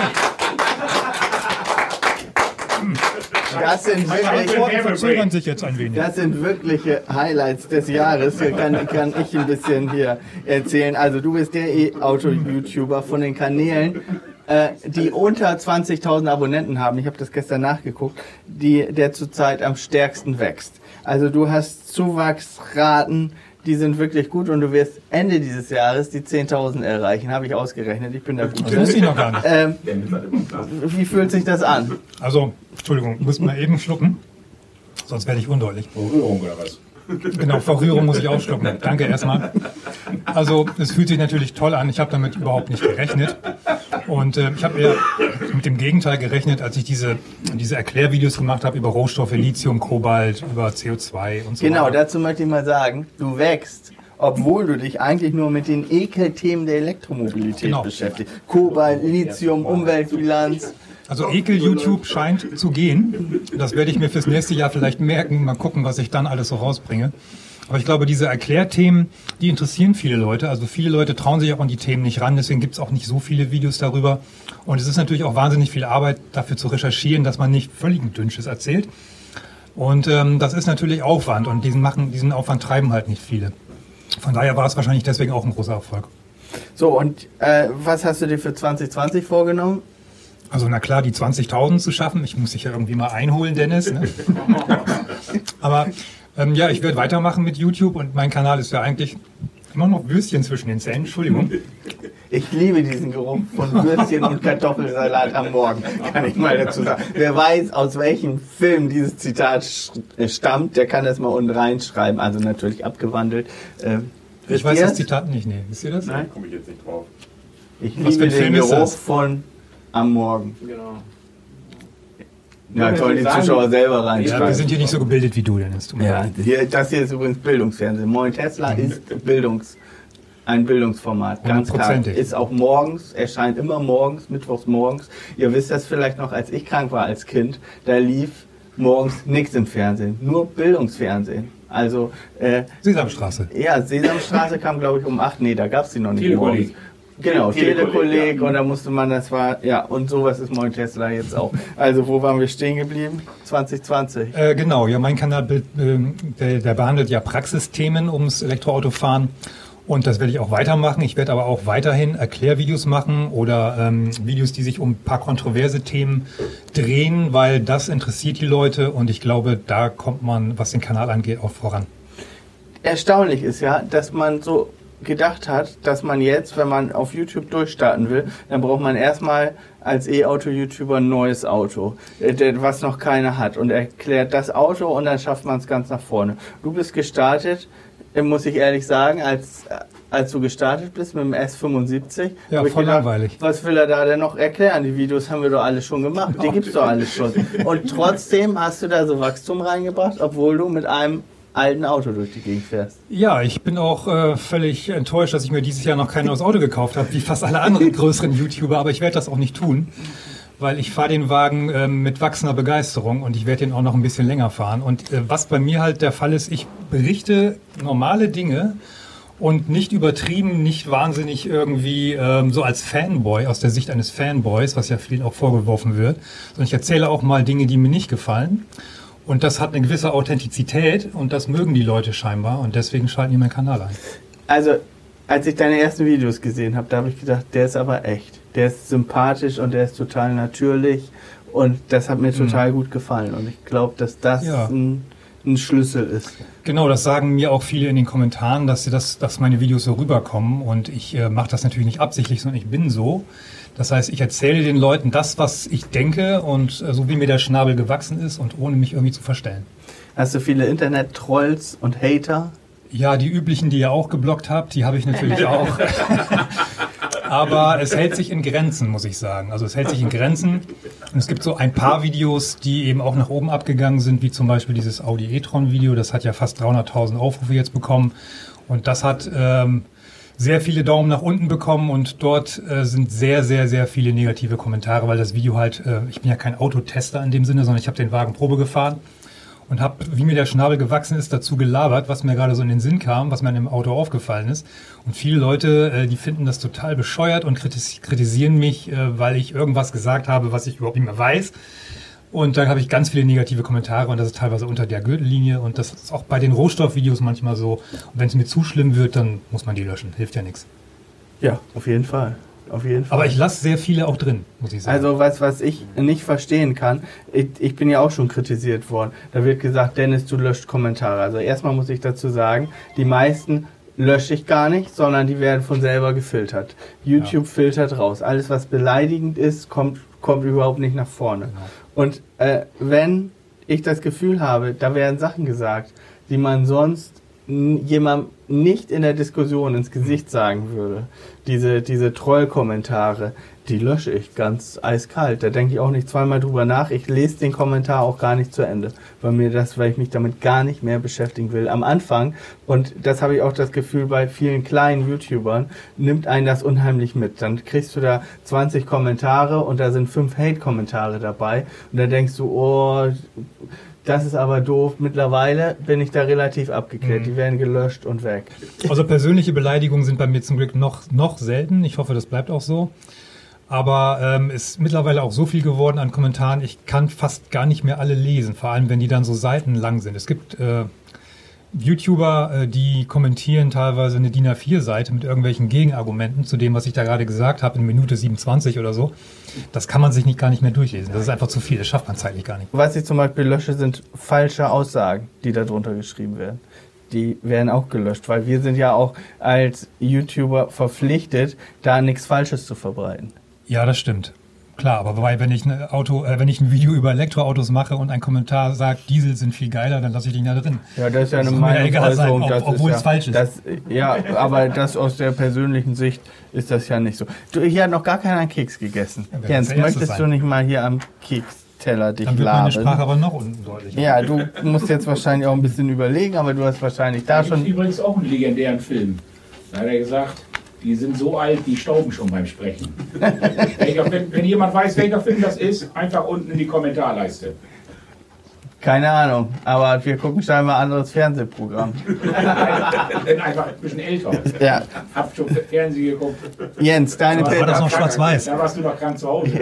Das sind wirklich, Verzögern sich jetzt ein wenig. das sind wirkliche Highlights des Jahres. Hier kann ich ein bisschen hier erzählen. Also du bist der E-Auto-YouTuber von den Kanälen, die unter 20.000 Abonnenten haben. Ich habe das gestern nachgeguckt, der zurzeit am stärksten wächst. Also du hast Zuwachsraten, die sind wirklich gut und du wirst Ende dieses Jahres die 10.000 erreichen, habe ich ausgerechnet. Ich bin da gut. Das wusste ich noch gar nicht. Wie fühlt sich das an? Also, Entschuldigung, ich muss mal eben schlucken, sonst werde ich undeutlich. Berührung oder was? Genau, vor Rührung muss ich auch schlucken. Danke erstmal. Also, es fühlt sich natürlich toll an. Ich habe damit überhaupt nicht gerechnet. Und ich habe eher mit dem Gegenteil gerechnet, als ich diese Erklärvideos gemacht habe über Rohstoffe, Lithium, Kobalt, über CO2 und so Genau, weiter. dazu möchte ich mal sagen, du wächst, obwohl du dich eigentlich nur mit den Ekelthemen der Elektromobilität beschäftigst. Kobalt, Lithium, Umweltbilanz. Also Ekel-YouTube scheint zu gehen. Das werde ich mir fürs nächste Jahr vielleicht merken. Mal gucken, was ich dann alles so rausbringe. Aber ich glaube, diese Erklärthemen, die interessieren viele Leute. Also viele Leute trauen sich auch an die Themen nicht ran. Deswegen gibt es auch nicht so viele Videos darüber. Und es ist natürlich auch wahnsinnig viel Arbeit, dafür zu recherchieren, dass man nicht völligen Dünnschiss erzählt. Und das ist natürlich Aufwand. Und diesen Aufwand treiben halt nicht viele. Von daher war es wahrscheinlich deswegen auch ein großer Erfolg. So, und was hast du dir für 2020 vorgenommen? Also na klar, die 20.000 zu schaffen. Ich muss dich ja irgendwie mal einholen, Dennis. Ne? Aber ja, ich werde weitermachen mit YouTube und mein Kanal ist ja eigentlich immer noch Würstchen zwischen den Zähnen. Entschuldigung. Ich liebe diesen Geruch von Würstchen und Kartoffelsalat am Morgen, kann ich mal dazu sagen. Wer weiß, aus welchem Film dieses Zitat stammt, der kann das mal unten reinschreiben. Also natürlich abgewandelt. Ich weiß das Zitat nicht, nee. Wisst ihr das? Nein, komme ich jetzt nicht drauf. Ich Was für liebe ein den Film ist Geruch das? von Am Morgen. Genau. Ja, sollen die Zuschauer selber Ja, wir reinschreiben. sind hier nicht so gebildet wie du, Dennis. Tut mir Ja, leid. das hier ist übrigens Bildungsfernsehen. Moin Tesla ist ein Bildungsformat, ganz klar. 100%. Ist auch morgens, erscheint immer morgens, mittwochs morgens. Ihr wisst das vielleicht noch, als ich krank war als Kind, da lief morgens nichts im Fernsehen, nur Bildungsfernsehen. Also, Sesamstraße. ja, Sesamstraße kam, glaube ich, um 8. Nee, da gab es die noch nicht Telekolleg. morgens. Genau, Telekolleg, ja. und da musste man, das war, ja, und sowas ist Moin Tesla jetzt auch. Also, wo waren wir stehen geblieben? 2020. Genau, ja, mein Kanal der behandelt ja Praxisthemen ums Elektroautofahren. Und das werde ich auch weitermachen. Ich werde aber auch weiterhin Erklärvideos machen oder Videos, die sich um ein paar kontroverse Themen drehen, weil das interessiert die Leute und ich glaube, da kommt man, was den Kanal angeht, auch voran. Erstaunlich ist ja, dass man so gedacht hat, dass man jetzt, wenn man auf YouTube durchstarten will, dann braucht man erstmal als E-Auto-YouTuber ein neues Auto, was noch keiner hat, und erklärt das Auto und dann schafft man es ganz nach vorne. Du bist gestartet, muss ich ehrlich sagen, als du gestartet bist mit dem S75. Ja, hab ich voll gedacht, langweilig. was will er da denn noch erklären? Die Videos haben wir doch alle schon gemacht. Die gibt's doch alles schon. Und trotzdem hast du da so Wachstum reingebracht, obwohl du mit einem alten Auto durch die Gegend fährst. Ja, ich bin auch völlig enttäuscht, dass ich mir dieses Jahr noch kein neues Auto gekauft habe, wie fast alle anderen größeren YouTuber, aber ich werde das auch nicht tun, weil ich fahre den Wagen mit wachsender Begeisterung und ich werde den auch noch ein bisschen länger fahren. Und was bei mir halt der Fall ist, ich berichte normale Dinge und nicht übertrieben, nicht wahnsinnig irgendwie so als Fanboy, aus der Sicht eines Fanboys, was ja vielen auch vorgeworfen wird, sondern ich erzähle auch mal Dinge, die mir nicht gefallen. Und das hat eine gewisse Authentizität und das mögen die Leute scheinbar und deswegen schalten die meinen Kanal ein. Also, als ich deine ersten Videos gesehen habe, da habe ich gedacht, der ist aber echt. Der ist sympathisch und der ist total natürlich und das hat mir total gut gefallen und ich glaube, dass das ein Schlüssel ist. Genau, das sagen mir auch viele in den Kommentaren, dass meine Videos so rüberkommen und ich mache das natürlich nicht absichtlich, sondern ich bin so. Das heißt, ich erzähle den Leuten das, was ich denke und so wie mir der Schnabel gewachsen ist und ohne mich irgendwie zu verstellen. Hast du viele Internet-Trolls und Hater? Ja, die üblichen, die ihr auch geblockt habt, die habe ich natürlich auch. Aber es hält sich in Grenzen, muss ich sagen. Also es hält sich in Grenzen. Und es gibt so ein paar Videos, die eben auch nach oben abgegangen sind, wie zum Beispiel dieses Audi e-tron-Video. Das hat ja fast 300.000 Aufrufe jetzt bekommen. Und das hat sehr viele Daumen nach unten bekommen. Und dort sind sehr, sehr, sehr viele negative Kommentare, weil das Video halt, ich bin ja kein Autotester in dem Sinne, sondern ich habe den Wagen Probe gefahren. Und habe, wie mir der Schnabel gewachsen ist, dazu gelabert, was mir gerade so in den Sinn kam, was mir im Auto aufgefallen ist. Und viele Leute, die finden das total bescheuert und kritisieren mich, weil ich irgendwas gesagt habe, was ich überhaupt nicht mehr weiß. Und dann habe ich ganz viele negative Kommentare und das ist teilweise unter der Gürtellinie. Und das ist auch bei den Rohstoffvideos manchmal so. Und wenn es mir zu schlimm wird, dann muss man die löschen. Hilft ja nichts. Ja, auf jeden Fall. Auf jeden Fall. Aber ich lasse sehr viele auch drin, muss ich sagen. Also was ich nicht verstehen kann, ich bin ja auch schon kritisiert worden. Da wird gesagt, Dennis, du löscht Kommentare. Also erstmal muss ich dazu sagen, die meisten lösche ich gar nicht, sondern die werden von selber gefiltert. YouTube filtert raus. Alles, was beleidigend ist, kommt überhaupt nicht nach vorne. Genau. Und wenn ich das Gefühl habe, da werden Sachen gesagt, die man sonst jemandem nicht in der Diskussion ins Gesicht sagen würde, diese Trollkommentare, die lösche ich ganz eiskalt. Da denke ich auch nicht zweimal drüber nach. Ich lese den Kommentar auch gar nicht zu Ende, weil ich mich damit gar nicht mehr beschäftigen will. Am Anfang, und das habe ich auch das Gefühl bei vielen kleinen YouTubern, nimmt einen das unheimlich mit. Dann kriegst du da 20 Kommentare und da sind 5 Hate-Kommentare dabei und da denkst du, oh, das ist aber doof. Mittlerweile bin ich da relativ abgeklärt. Die werden gelöscht und weg. Also persönliche Beleidigungen sind bei mir zum Glück noch selten. Ich hoffe, das bleibt auch so. Aber ist mittlerweile auch so viel geworden an Kommentaren, ich kann fast gar nicht mehr alle lesen. Vor allem, wenn die dann so seitenlang sind. Es gibt YouTuber, die kommentieren teilweise eine DIN A4-Seite mit irgendwelchen Gegenargumenten zu dem, was ich da gerade gesagt habe, in Minute 27 oder so. Das kann man sich gar nicht mehr durchlesen. Das ist einfach zu viel. Das schafft man zeitlich gar nicht. Was ich zum Beispiel lösche, sind falsche Aussagen, die da drunter geschrieben werden. Die werden auch gelöscht, weil wir sind ja auch als YouTuber verpflichtet, da nichts Falsches zu verbreiten. Ja, das stimmt. Klar, aber wenn ich ein Video über Elektroautos mache und ein Kommentar sagt, Diesel sind viel geiler, dann lasse ich den ja drin. Ja, das ist ja eine Meinungsäußerung, obwohl es falsch ist. Ja, aber das aus der persönlichen Sicht ist das ja nicht so. Hier hat noch gar keiner einen Keks gegessen. Ja, Jens, möchtest du nicht mal hier am Keks Teller dich Dann wird meine laben. Sprache aber noch undeutlicher. Ja, du musst jetzt wahrscheinlich auch ein bisschen überlegen, aber du hast wahrscheinlich da Da gibt schon... übrigens auch einen legendären Film. Da hat er gesagt, die sind so alt, die stauben schon beim Sprechen. Wenn jemand weiß, welcher Film das ist, einfach unten in die Kommentarleiste. Keine Ahnung, aber wir gucken scheinbar ein anderes Fernsehprogramm. Bin einfach ein bisschen älter. Ja. Hab schon Fernsehen geguckt. Jens, deine War das noch schwarz-weiß? Da warst du noch krank zu Hause.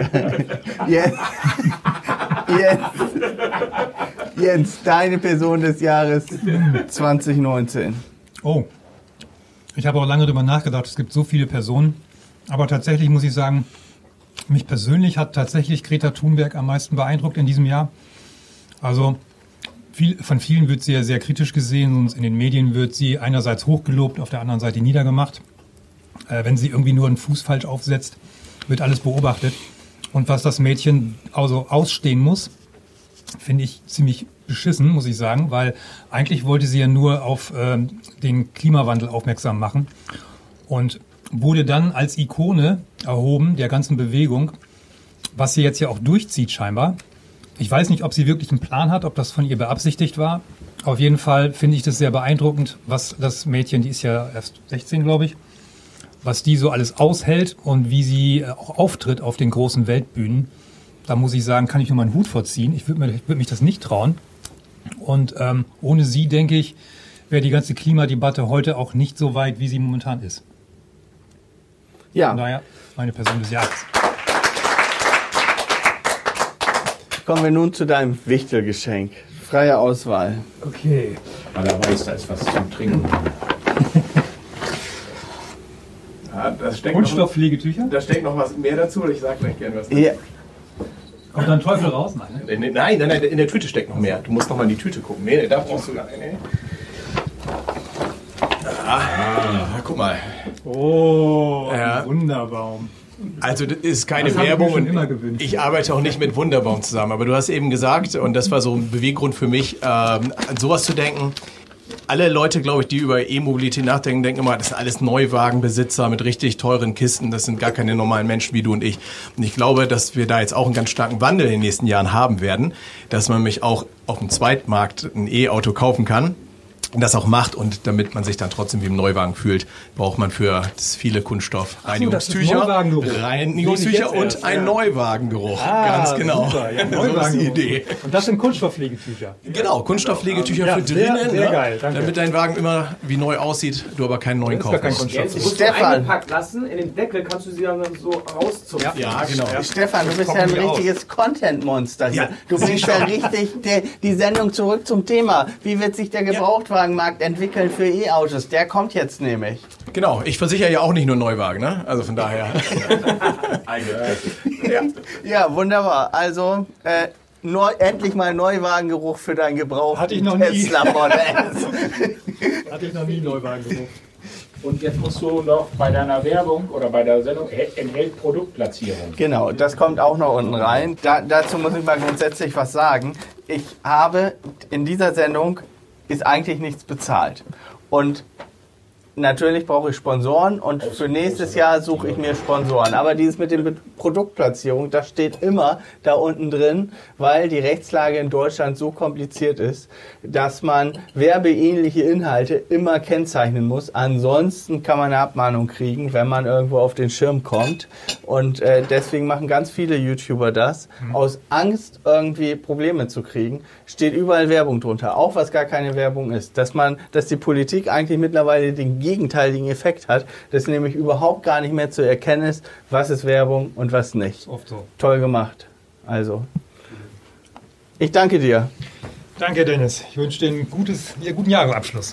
Jens, deine Person des Jahres 2019. Oh, ich habe auch lange darüber nachgedacht. Es gibt so viele Personen. Aber tatsächlich muss ich sagen, mich persönlich hat tatsächlich Greta Thunberg am meisten beeindruckt in diesem Jahr. Also von vielen wird sie ja sehr kritisch gesehen und in den Medien wird sie einerseits hochgelobt, auf der anderen Seite niedergemacht. Wenn sie irgendwie nur einen Fuß falsch aufsetzt, wird alles beobachtet. Und was das Mädchen also ausstehen muss, finde ich ziemlich beschissen, muss ich sagen, weil eigentlich wollte sie ja nur auf den Klimawandel aufmerksam machen und wurde dann als Ikone erhoben der ganzen Bewegung, was sie jetzt ja auch durchzieht scheinbar. Ich weiß nicht, ob sie wirklich einen Plan hat, ob das von ihr beabsichtigt war. Auf jeden Fall finde ich das sehr beeindruckend, was das Mädchen, die ist ja erst 16, glaube ich, was die so alles aushält und wie sie auch auftritt auf den großen Weltbühnen. Da muss ich sagen, kann ich nur meinen Hut vorziehen. Ich würd mich das nicht trauen. Und ohne sie, denke ich, wäre die ganze Klimadebatte heute auch nicht so weit, wie sie momentan ist. Ja. Von daher, meine Person des Jahres. Kommen wir nun zu deinem Wichtelgeschenk. Freie Auswahl. Okay. Weil er weiß, da ist was zum Trinken. Ja, Kunststoffpflegetücher? Da steckt noch was mehr dazu, ich sag gleich gerne was. Ja. Kommt da ein Teufel raus? Nein, ne? Nein, in der Tüte steckt noch mehr. Du musst noch mal in die Tüte gucken. Nee, da brauchst du gar nicht. Nee. Guck mal. Oh, Ja. ein Wunderbaum. Also das ist keine Das habe ich mir Werbung schon und immer gewünscht. ich arbeite auch nicht mit Wunderbaum zusammen, aber du hast eben gesagt, und das war so ein Beweggrund für mich, an sowas zu denken. Alle Leute, glaube ich, die über E-Mobilität nachdenken, denken immer, das sind alles Neuwagenbesitzer mit richtig teuren Kisten, das sind gar keine normalen Menschen wie du und ich. Und ich glaube, dass wir da jetzt auch einen ganz starken Wandel in den nächsten Jahren haben werden, dass man nämlich auch auf dem Zweitmarkt ein E-Auto kaufen kann. Und das auch macht und damit man sich dann trotzdem wie im Neuwagen fühlt, braucht man für das viele Kunststoffreinigungstücher, Neuwagengeruch. Reinigungstücher und ein Neuwagengeruch. Ganz genau. Super, ja, So ist die Idee. Und das sind Kunststoffpflegetücher. Genau, Kunststoffpflegetücher Ja, für drinnen, sehr geil, danke. damit dein Wagen immer wie neu aussieht, du aber keinen neuen Das ist gar kein kaufen musst. Kunststoff. Du musst Stefan. eingepackt lassen, in den Deckel kannst du sie dann so rauszupfen. Ja, genau. Stefan, du bist ja ein richtiges Content-Monster hier. Ja, Du bringst ja richtig die Sendung zurück zum Thema. Wie wird sich der Gebrauchtwagenmarkt entwickeln für E-Autos? Der kommt jetzt nämlich. Genau, ich versichere ja auch nicht nur Neuwagen, ne? Also von daher. Ja, wunderbar. Also, endlich mal Neuwagengeruch für dein gebrauchten Hatte ich noch nie. Tesla-Modell. Hatte ich noch nie Neuwagengeruch. Und jetzt musst du noch bei deiner Werbung oder bei der Sendung enthält Produktplatzierung. Genau, das kommt auch noch unten rein. Dazu muss ich mal grundsätzlich was sagen. Ich habe in dieser Sendung ist eigentlich nichts bezahlt. Und natürlich brauche ich Sponsoren und für nächstes Jahr suche ich mir Sponsoren. Aber dieses mit der Produktplatzierung, das steht immer da unten drin, weil die Rechtslage in Deutschland so kompliziert ist, dass man werbeähnliche Inhalte immer kennzeichnen muss. Ansonsten kann man eine Abmahnung kriegen, wenn man irgendwo auf den Schirm kommt. Und deswegen machen ganz viele YouTuber das. Aus Angst, irgendwie Probleme zu kriegen, steht überall Werbung drunter. Auch was gar keine Werbung ist. Dass die Politik eigentlich mittlerweile den gegenteiligen Effekt hat, dass nämlich überhaupt gar nicht mehr zu erkennen ist, was ist Werbung und was nicht. Oft so. Toll gemacht. Also, ich danke dir. Danke, Dennis. Ich wünsche dir einen guten Jahresabschluss.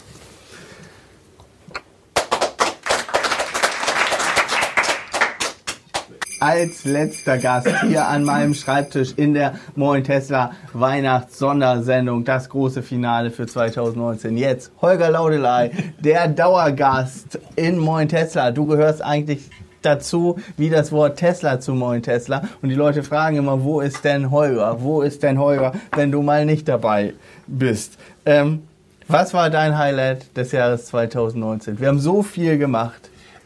Als letzter Gast hier an meinem Schreibtisch in der Moin Tesla Weihnachts-Sondersendung, das große Finale für 2019. Jetzt Holger Laudeley, der Dauergast in Moin Tesla. Du gehörst eigentlich dazu, wie das Wort Tesla zu Moin Tesla. Und die Leute fragen immer, wo ist denn Holger? Wo ist denn Holger, wenn du mal nicht dabei bist? Was war dein Highlight des Jahres 2019? Wir haben so viel gemacht.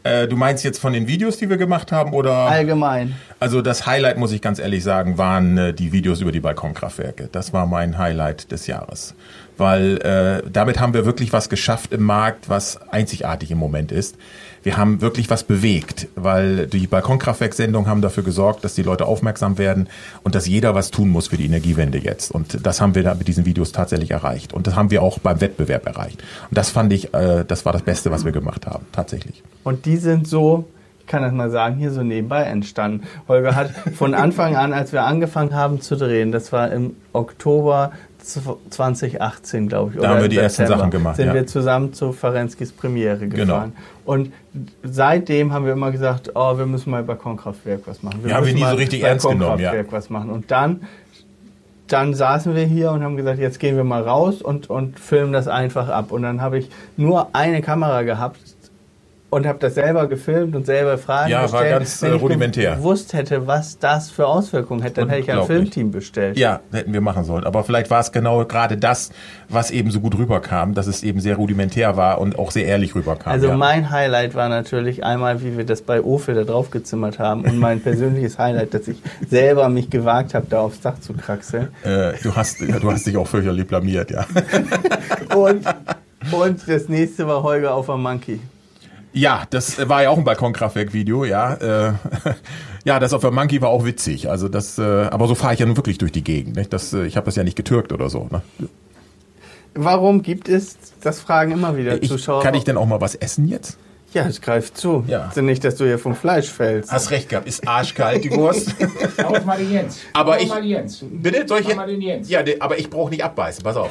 Du meinst jetzt von den Videos, die wir gemacht haben, oder? Allgemein. Also das Highlight, muss ich ganz ehrlich sagen, waren die Videos über die Balkonkraftwerke. Das war mein Highlight des Jahres. Weil damit haben wir wirklich was geschafft im Markt, was einzigartig im Moment ist. Wir haben wirklich was bewegt, weil die Balkonkraftwerksendungen haben dafür gesorgt, dass die Leute aufmerksam werden und dass jeder was tun muss für die Energiewende jetzt. Und das haben wir da mit diesen Videos tatsächlich erreicht. Und das haben wir auch beim Wettbewerb erreicht. Und das fand ich, das war das Beste, was wir gemacht haben, tatsächlich. Und die sind so, ich kann das mal sagen, hier so nebenbei entstanden. Holger hat von Anfang an, als wir angefangen haben zu drehen, das war im Oktober 2018, glaube ich. Da haben wir die ersten September, Sachen gemacht. Sind wir zusammen zu Ferenskis Premiere gefahren. Genau. Und seitdem haben wir immer gesagt, oh, wir müssen mal Balkonkraftwerk was machen. Wir haben wir nie so richtig ernst genommen, ja. Was machen. Und dann saßen wir hier und haben gesagt, jetzt gehen wir mal raus und filmen das einfach ab. Und dann habe ich nur eine Kamera gehabt und habe das selber gefilmt und selber Fragen gestellt. Ja, war ganz rudimentär. Wenn ich gewusst hätte, was das für Auswirkungen hätte, dann hätte ich ein Filmteam bestellt. Ja, hätten wir machen sollen. Aber vielleicht war es genau gerade das, was eben so gut rüberkam, dass es eben sehr rudimentär war und auch sehr ehrlich rüberkam. Also mein Highlight war natürlich einmal, wie wir das bei Ophel da drauf gezimmert haben, und mein persönliches Highlight, dass ich selber mich gewagt habe, da aufs Dach zu kraxeln. Du hast dich auch fürchterlich blamiert, ja. Und das nächste war Holger auf der Monkey. Ja, das war ja auch ein Balkonkraftwerk-Video, ja. Ja, das auf der Monkey war auch witzig. Also das, aber so fahre ich ja nun wirklich durch die Gegend. Nicht? Ich habe das ja nicht getürkt oder so. Ne? Warum gibt es, das fragen immer wieder Zuschauer. Kann ich denn auch mal was essen jetzt? Ja, es greift zu. Ja. Also nicht, dass du hier vom Fleisch fällst. Hast recht gehabt, ist arschkalt, die Wurst. Schau mal den Jens. Aber Schau mal den Jens. Bitte? Soll ich Schau mal den Jens. Ja, aber ich brauche nicht abbeißen, pass auf.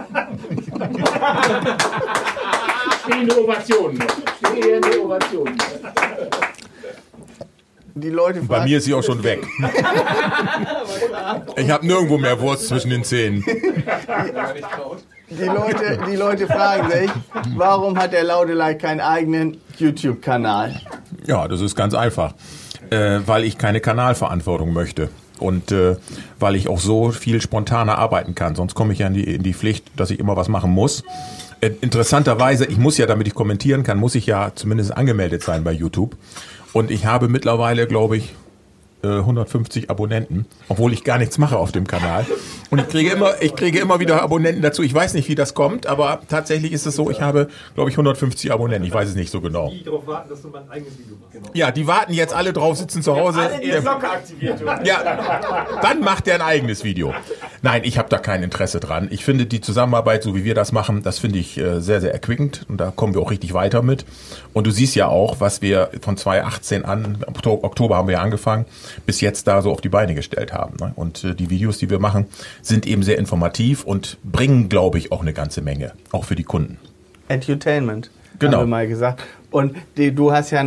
Stehende Ovationen. Stehende Ovationen. Die Leute fragen, bei mir ist sie auch schon weg. Ich habe nirgendwo mehr Wurst zwischen den Zähnen. Die Leute fragen sich, warum hat der Laudelei keinen eigenen YouTube-Kanal? Ja, das ist ganz einfach. Weil ich keine Kanalverantwortung möchte. Und weil ich auch so viel spontaner arbeiten kann. Sonst komme ich ja in die Pflicht, dass ich immer was machen muss. Interessanterweise, ich muss ja, damit ich kommentieren kann, muss ich ja zumindest angemeldet sein bei YouTube. Und ich habe mittlerweile, glaube ich, 150 Abonnenten, obwohl ich gar nichts mache auf dem Kanal. Und ich kriege immer wieder Abonnenten dazu. Ich weiß nicht, wie das kommt, aber tatsächlich ist es so, ich habe, glaube ich, 150 Abonnenten. Ich weiß es nicht so genau. Die darauf warten, dass du mal ein eigenes Video machst. Genau. Ja, die warten jetzt alle drauf, sitzen zu Hause. Alle die Glocke aktiviert. Ja, dann macht er ein eigenes Video. Nein, ich habe da kein Interesse dran. Ich finde die Zusammenarbeit, so wie wir das machen, das finde ich sehr, sehr erquickend. Und da kommen wir auch richtig weiter mit. Und du siehst ja auch, was wir von 2018 an, Oktober haben wir ja angefangen, bis jetzt da so auf die Beine gestellt haben. Ne? Und die Videos, die wir machen, sind eben sehr informativ und bringen, glaube ich, auch eine ganze Menge, auch für die Kunden. Entertainment, genau. Haben wir mal gesagt. Und du hast ja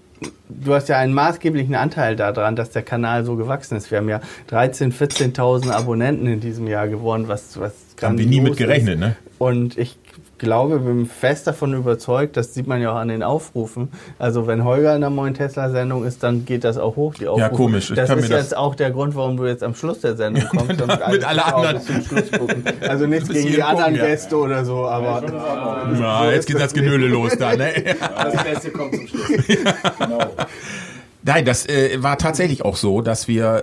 einen maßgeblichen Anteil daran, dass der Kanal so gewachsen ist. Wir haben ja 13.000, 14.000 Abonnenten in diesem Jahr geworden, was haben wir nie mit gerechnet, ne? Und ich glaube, bin fest davon überzeugt, das sieht man ja auch an den Aufrufen. Also wenn Holger in der Moin Tesla-Sendung ist, dann geht das auch hoch, die Aufrufe. Ja, komisch. Das ist jetzt auch der Grund, warum du jetzt am Schluss der Sendung kommst. Mit alle anderen. Zum Schluss gucken. Also nichts gegen die anderen Gäste oder so, aber... Ja, jetzt geht das Genöle los da, ne? Das Beste kommt zum Schluss. Genau. Nein, das war tatsächlich auch so, dass wir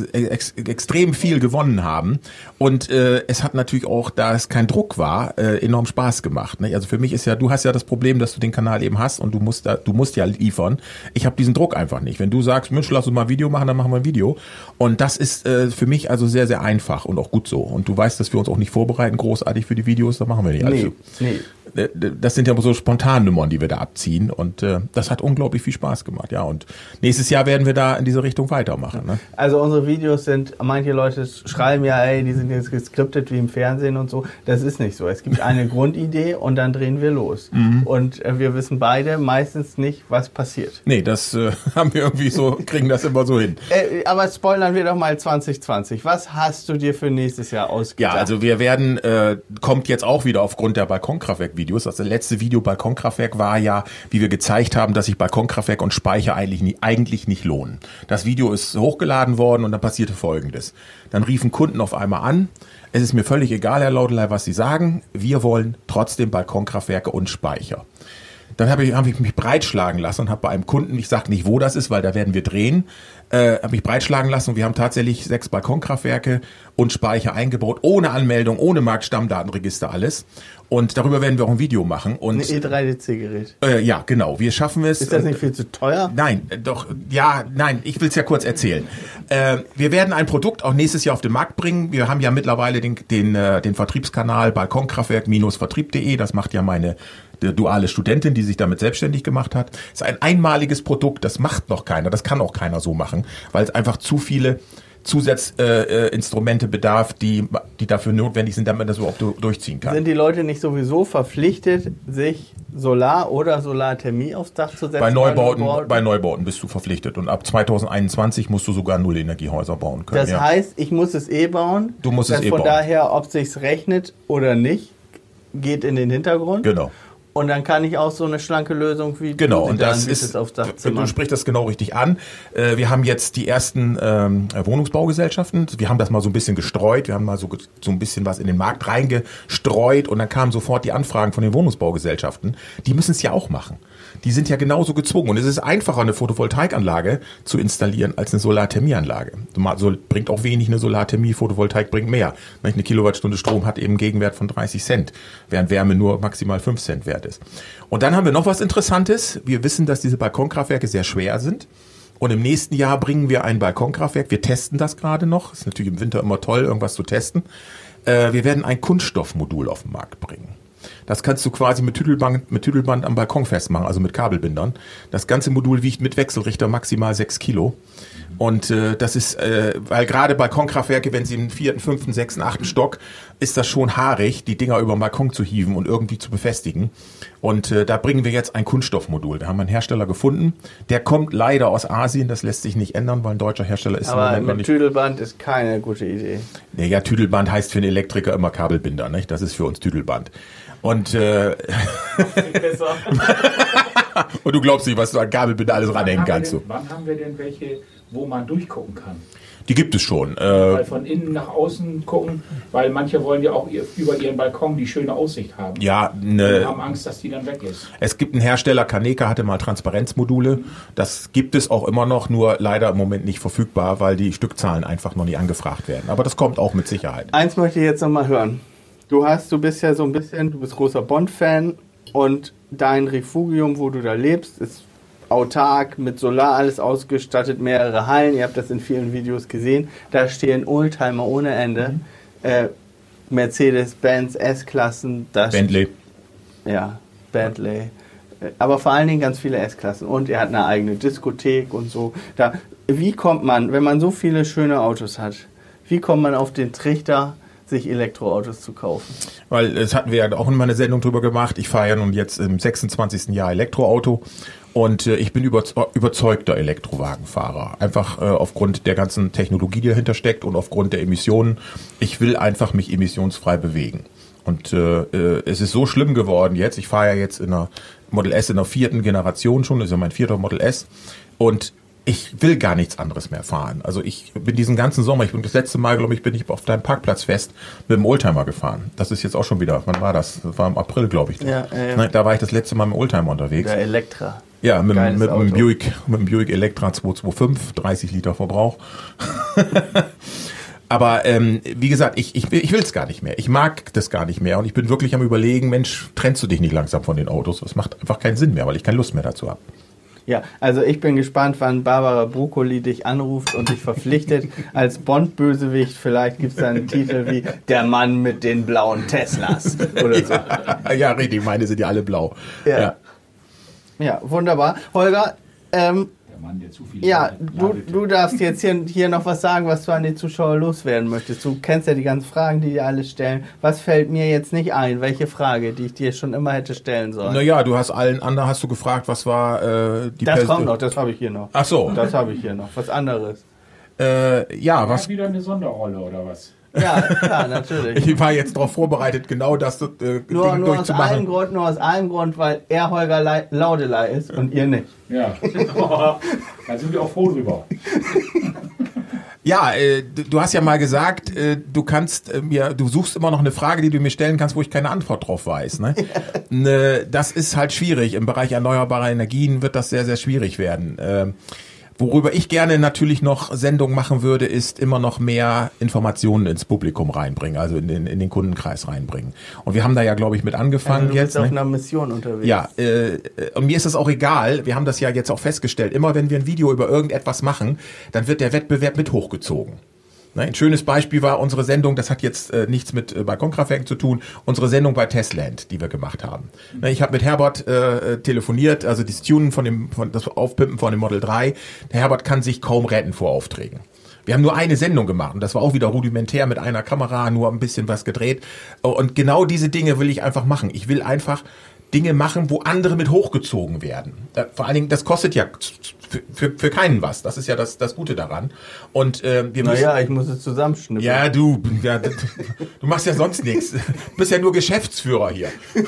extrem viel gewonnen haben und es hat natürlich auch, da es kein Druck war, enorm Spaß gemacht. Ne? Also für mich ist ja, du hast ja das Problem, dass du den Kanal eben hast und du musst ja liefern. Ich habe diesen Druck einfach nicht. Wenn du sagst, Mensch, lass uns mal ein Video machen, dann machen wir ein Video. Und das ist für mich also sehr, sehr einfach und auch gut so. Und du weißt, dass wir uns auch nicht vorbereiten großartig für die Videos, da machen wir nicht alles. Nee. Das sind ja so Spontannummern, die wir da abziehen und das hat unglaublich viel Spaß gemacht, ja. Und nächstes Jahr werden wir da in diese Richtung weitermachen. Ne? Also unsere Videos sind, manche Leute schreiben ja, ey, die sind jetzt geskriptet wie im Fernsehen und so. Das ist nicht so. Es gibt eine Grundidee und dann drehen wir los. Und wir wissen beide meistens nicht, was passiert. Nee, das haben wir irgendwie so, kriegen das immer so hin. Aber spoilern wir doch mal 2020. Was hast du dir für nächstes Jahr ausgedacht? Ja, also wir werden, kommt jetzt auch wieder aufgrund der Balkonkraftwerk-Videos. Das letzte Video Balkonkraftwerk war ja, wie wir gezeigt haben, dass sich Balkonkraftwerk und Speicher eigentlich nicht lohnen. Das Video ist hochgeladen worden und dann passierte Folgendes. Dann riefen Kunden auf einmal an, es ist mir völlig egal, Herr Laudelei, was Sie sagen, wir wollen trotzdem Balkonkraftwerke und Speicher. Dann habe ich mich breitschlagen lassen und habe bei einem Kunden, ich sage nicht, wo das ist, weil da werden wir drehen, habe mich breitschlagen lassen und wir haben tatsächlich 6 Balkonkraftwerke und Speicher eingebaut, ohne Anmeldung, ohne Marktstammdatenregister, alles. Und darüber werden wir auch ein Video machen. Und, ein E3DC-Gerät. Ja, genau. Wir schaffen es. Ist das nicht viel zu teuer? Nein, ich will es ja kurz erzählen. Wir werden ein Produkt auch nächstes Jahr auf den Markt bringen. Wir haben ja mittlerweile den Vertriebskanal balkonkraftwerk-vertrieb.de. Das macht ja meine duale Studentin, die sich damit selbstständig gemacht hat. Das ist ein einmaliges Produkt, das macht noch keiner, das kann auch keiner so machen, weil es einfach zu viele Zusatzinstrumente bedarf, die dafür notwendig sind, damit man das überhaupt durchziehen kann. Sind die Leute nicht sowieso verpflichtet, sich Solar- oder Solarthermie aufs Dach zu setzen? Bei Neubauten bist du verpflichtet und ab 2021 musst du sogar Nullenergiehäuser bauen können. Das heißt, ich muss es bauen. Du musst es bauen. Von daher, ob es sich rechnet oder nicht, geht in den Hintergrund. Genau. Und dann kann ich auch so eine schlanke Lösung wie genau, und das ist, du sprichst das genau richtig an. Wir haben jetzt die ersten Wohnungsbaugesellschaften. Wir haben das mal so ein bisschen gestreut. Wir haben mal so ein bisschen was in den Markt reingestreut und dann kamen sofort die Anfragen von den Wohnungsbaugesellschaften. Die müssen es ja auch machen. Die sind ja genauso gezwungen. Und es ist einfacher, eine Photovoltaikanlage zu installieren als eine Solarthermieanlage. Bringt auch wenig eine Solarthermie, Photovoltaik bringt mehr. Eine Kilowattstunde Strom hat eben einen Gegenwert von 30 Cent, während Wärme nur maximal 5 Cent wert ist. Und dann haben wir noch was Interessantes. Wir wissen, dass diese Balkonkraftwerke sehr schwer sind. Und im nächsten Jahr bringen wir ein Balkonkraftwerk. Wir testen das gerade noch. Ist natürlich im Winter immer toll, irgendwas zu testen. Wir werden ein Kunststoffmodul auf den Markt bringen. Das kannst du quasi mit Tüdelband am Balkon festmachen, also mit Kabelbindern. Das ganze Modul wiegt mit Wechselrichter maximal 6 Kilo. Und das ist, weil gerade Balkonkraftwerke, wenn sie im 4., 5., 6., 8. Stock, ist das schon haarig, die Dinger über den Balkon zu hieven und irgendwie zu befestigen. Und da bringen wir jetzt ein Kunststoffmodul. Da haben wir einen Hersteller gefunden. Der kommt leider aus Asien, das lässt sich nicht ändern, weil ein deutscher Hersteller ist. Aber mit Tüdelband ist keine gute Idee. Ja, Tüdelband heißt für einen Elektriker immer Kabelbinder, nicht? Das ist für uns Tüdelband. Und, und du glaubst nicht, was du an Kabelbinder alles ranhängen kannst. Wann haben wir denn welche, wo man durchgucken kann? Die gibt es schon. Weil von innen nach außen gucken, weil manche wollen ja auch über ihren Balkon die schöne Aussicht haben. Ja, und haben Angst, dass die dann weg ist. Es gibt einen Hersteller, Kaneka hatte mal Transparenzmodule. Das gibt es auch immer noch, nur leider im Moment nicht verfügbar, weil die Stückzahlen einfach noch nicht angefragt werden. Aber das kommt auch mit Sicherheit. Eins möchte ich jetzt noch mal hören. Du bist ja so ein bisschen, du bist großer Bond-Fan und dein Refugium, wo du da lebst, ist autark, mit Solar alles ausgestattet, mehrere Hallen. Ihr habt das in vielen Videos gesehen. Da stehen Oldtimer ohne Ende. Mercedes, Benz, S-Klassen. Bentley. Ja, Bentley. Aber vor allen Dingen ganz viele S-Klassen. Und er hat eine eigene Diskothek und so. Wie kommt man, wenn man so viele schöne Autos hat, wie kommt man auf den Trichter, sich Elektroautos zu kaufen? Weil das hatten wir ja auch in meiner Sendung drüber gemacht. Ich fahre ja nun jetzt im 26. Jahr Elektroauto und ich bin überzeugter Elektrowagenfahrer. Einfach aufgrund der ganzen Technologie, die dahinter steckt und aufgrund der Emissionen. Ich will einfach mich emissionsfrei bewegen. Und es ist so schlimm geworden jetzt. Ich fahre ja jetzt in einer Model S in der 4. Generation schon. Das ist ja mein 4. Model S. Und ich will gar nichts anderes mehr fahren. Also ich bin diesen ganzen Sommer, das letzte Mal, glaube ich, bin ich auf deinem Parkplatzfest mit dem Oldtimer gefahren. Das ist jetzt auch schon wieder, wann war das? Das war im April, glaube ich. Ja. Da war ich das letzte Mal mit dem Oldtimer unterwegs. Der Elektra. Ja, mit dem Buick Electra 225, 30 Liter Verbrauch. Aber wie gesagt, ich will es gar nicht mehr. Ich mag das gar nicht mehr. Und ich bin wirklich am Überlegen, Mensch, trennst du dich nicht langsam von den Autos? Das macht einfach keinen Sinn mehr, weil ich keine Lust mehr dazu habe. Ja, also ich bin gespannt, wann Barbara Broccoli dich anruft und dich verpflichtet als Bond-Bösewicht. Vielleicht gibt es da einen Titel wie Der Mann mit den blauen Teslas oder so. Ja, richtig, meine sind ja alle blau. Ja, wunderbar. Holger, Mann, der zu viel du darfst jetzt hier noch was sagen, was du an die Zuschauer loswerden möchtest. Du kennst ja die ganzen Fragen, die dir alle stellen. Was fällt mir jetzt nicht ein? Welche Frage, die ich dir schon immer hätte stellen sollen? Naja, du hast allen anderen gefragt, was war die Das kommt noch, das habe ich hier noch. Ach so. Das habe ich hier noch. Was anderes. Was? Wieder eine Sonderrolle oder was? Ja, klar, natürlich. Ich war jetzt darauf vorbereitet, genau das nur aus einem Grund, weil er Holger Laudelei ist und ihr nicht. Ja, da sind wir auch froh drüber. Ja, du hast ja mal gesagt, du suchst immer noch eine Frage, die du mir stellen kannst, wo ich keine Antwort drauf weiß. Ne? Das ist halt schwierig. Im Bereich erneuerbarer Energien wird das sehr, sehr schwierig werden. Worüber ich gerne natürlich noch Sendungen machen würde, ist immer noch mehr Informationen ins Publikum reinbringen, also in den Kundenkreis reinbringen. Und wir haben da ja, glaube ich, mit angefangen du bist jetzt. auf einer Mission unterwegs. Ja, und mir ist das auch egal. Wir haben das ja jetzt auch festgestellt. Immer wenn wir ein Video über irgendetwas machen, dann wird der Wettbewerb mit hochgezogen. Ein schönes Beispiel war unsere Sendung, das hat jetzt nichts mit Balkonkraftwerken zu tun, unsere Sendung bei Testland, die wir gemacht haben. Ich habe mit Herbert telefoniert, also das Tunen das Aufpimpen von dem Model 3. Der Herbert kann sich kaum retten vor Aufträgen. Wir haben nur eine Sendung gemacht und das war auch wieder rudimentär mit einer Kamera, nur ein bisschen was gedreht. Und genau diese Dinge will ich einfach machen. Ich will einfach Dinge machen, wo andere mit hochgezogen werden. Vor allen Dingen, das kostet ja für keinen was. Das ist ja das Gute daran. Und wir müssen. Naja, ich muss es zusammenschnippen. Ja, du machst ja sonst nichts. Du bist ja nur Geschäftsführer hier.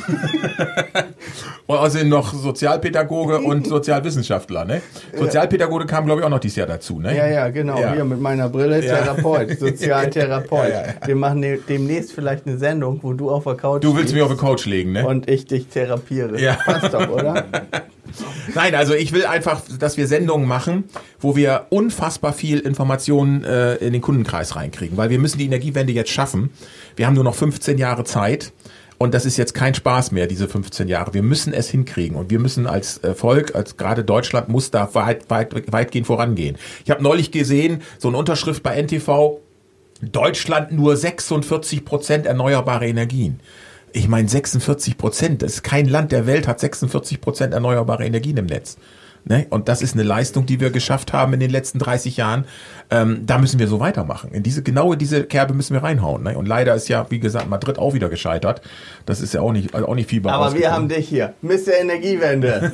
Und außerdem noch Sozialpädagoge und Sozialwissenschaftler, ne? Sozialpädagoge kam, glaube ich, auch noch dieses Jahr dazu, ne? Ja, genau. Ja. Hier mit meiner Brille, Therapeut, Sozialtherapeut. Ja. Wir machen demnächst vielleicht eine Sendung, wo du auf der Couch Du willst mich auf die Couch legen, ne? Und ich dich therapiere. Ja. Passt doch, oder? Nein, also ich will einfach, dass wir Sendungen machen, wo wir unfassbar viel Informationen in den Kundenkreis reinkriegen, weil wir müssen die Energiewende jetzt schaffen. Wir haben nur noch 15 Jahre Zeit und das ist jetzt kein Spaß mehr, diese 15 Jahre. Wir müssen es hinkriegen und wir müssen als Volk, als gerade Deutschland, muss da weitgehend vorangehen. Ich habe neulich gesehen, so eine Unterschrift bei NTV, Deutschland nur 46% erneuerbare Energien. Ich meine 46%, das ist kein Land der Welt hat 46% erneuerbare Energien im Netz. Ne? Und das ist eine Leistung, die wir geschafft haben in den letzten 30 Jahren. Da müssen wir so weitermachen. In diese Kerbe müssen wir reinhauen. Ne? Und leider ist ja, wie gesagt, Madrid auch wieder gescheitert. Das ist ja auch nicht viel bei Aber wir haben dich hier, Mr. Energiewende.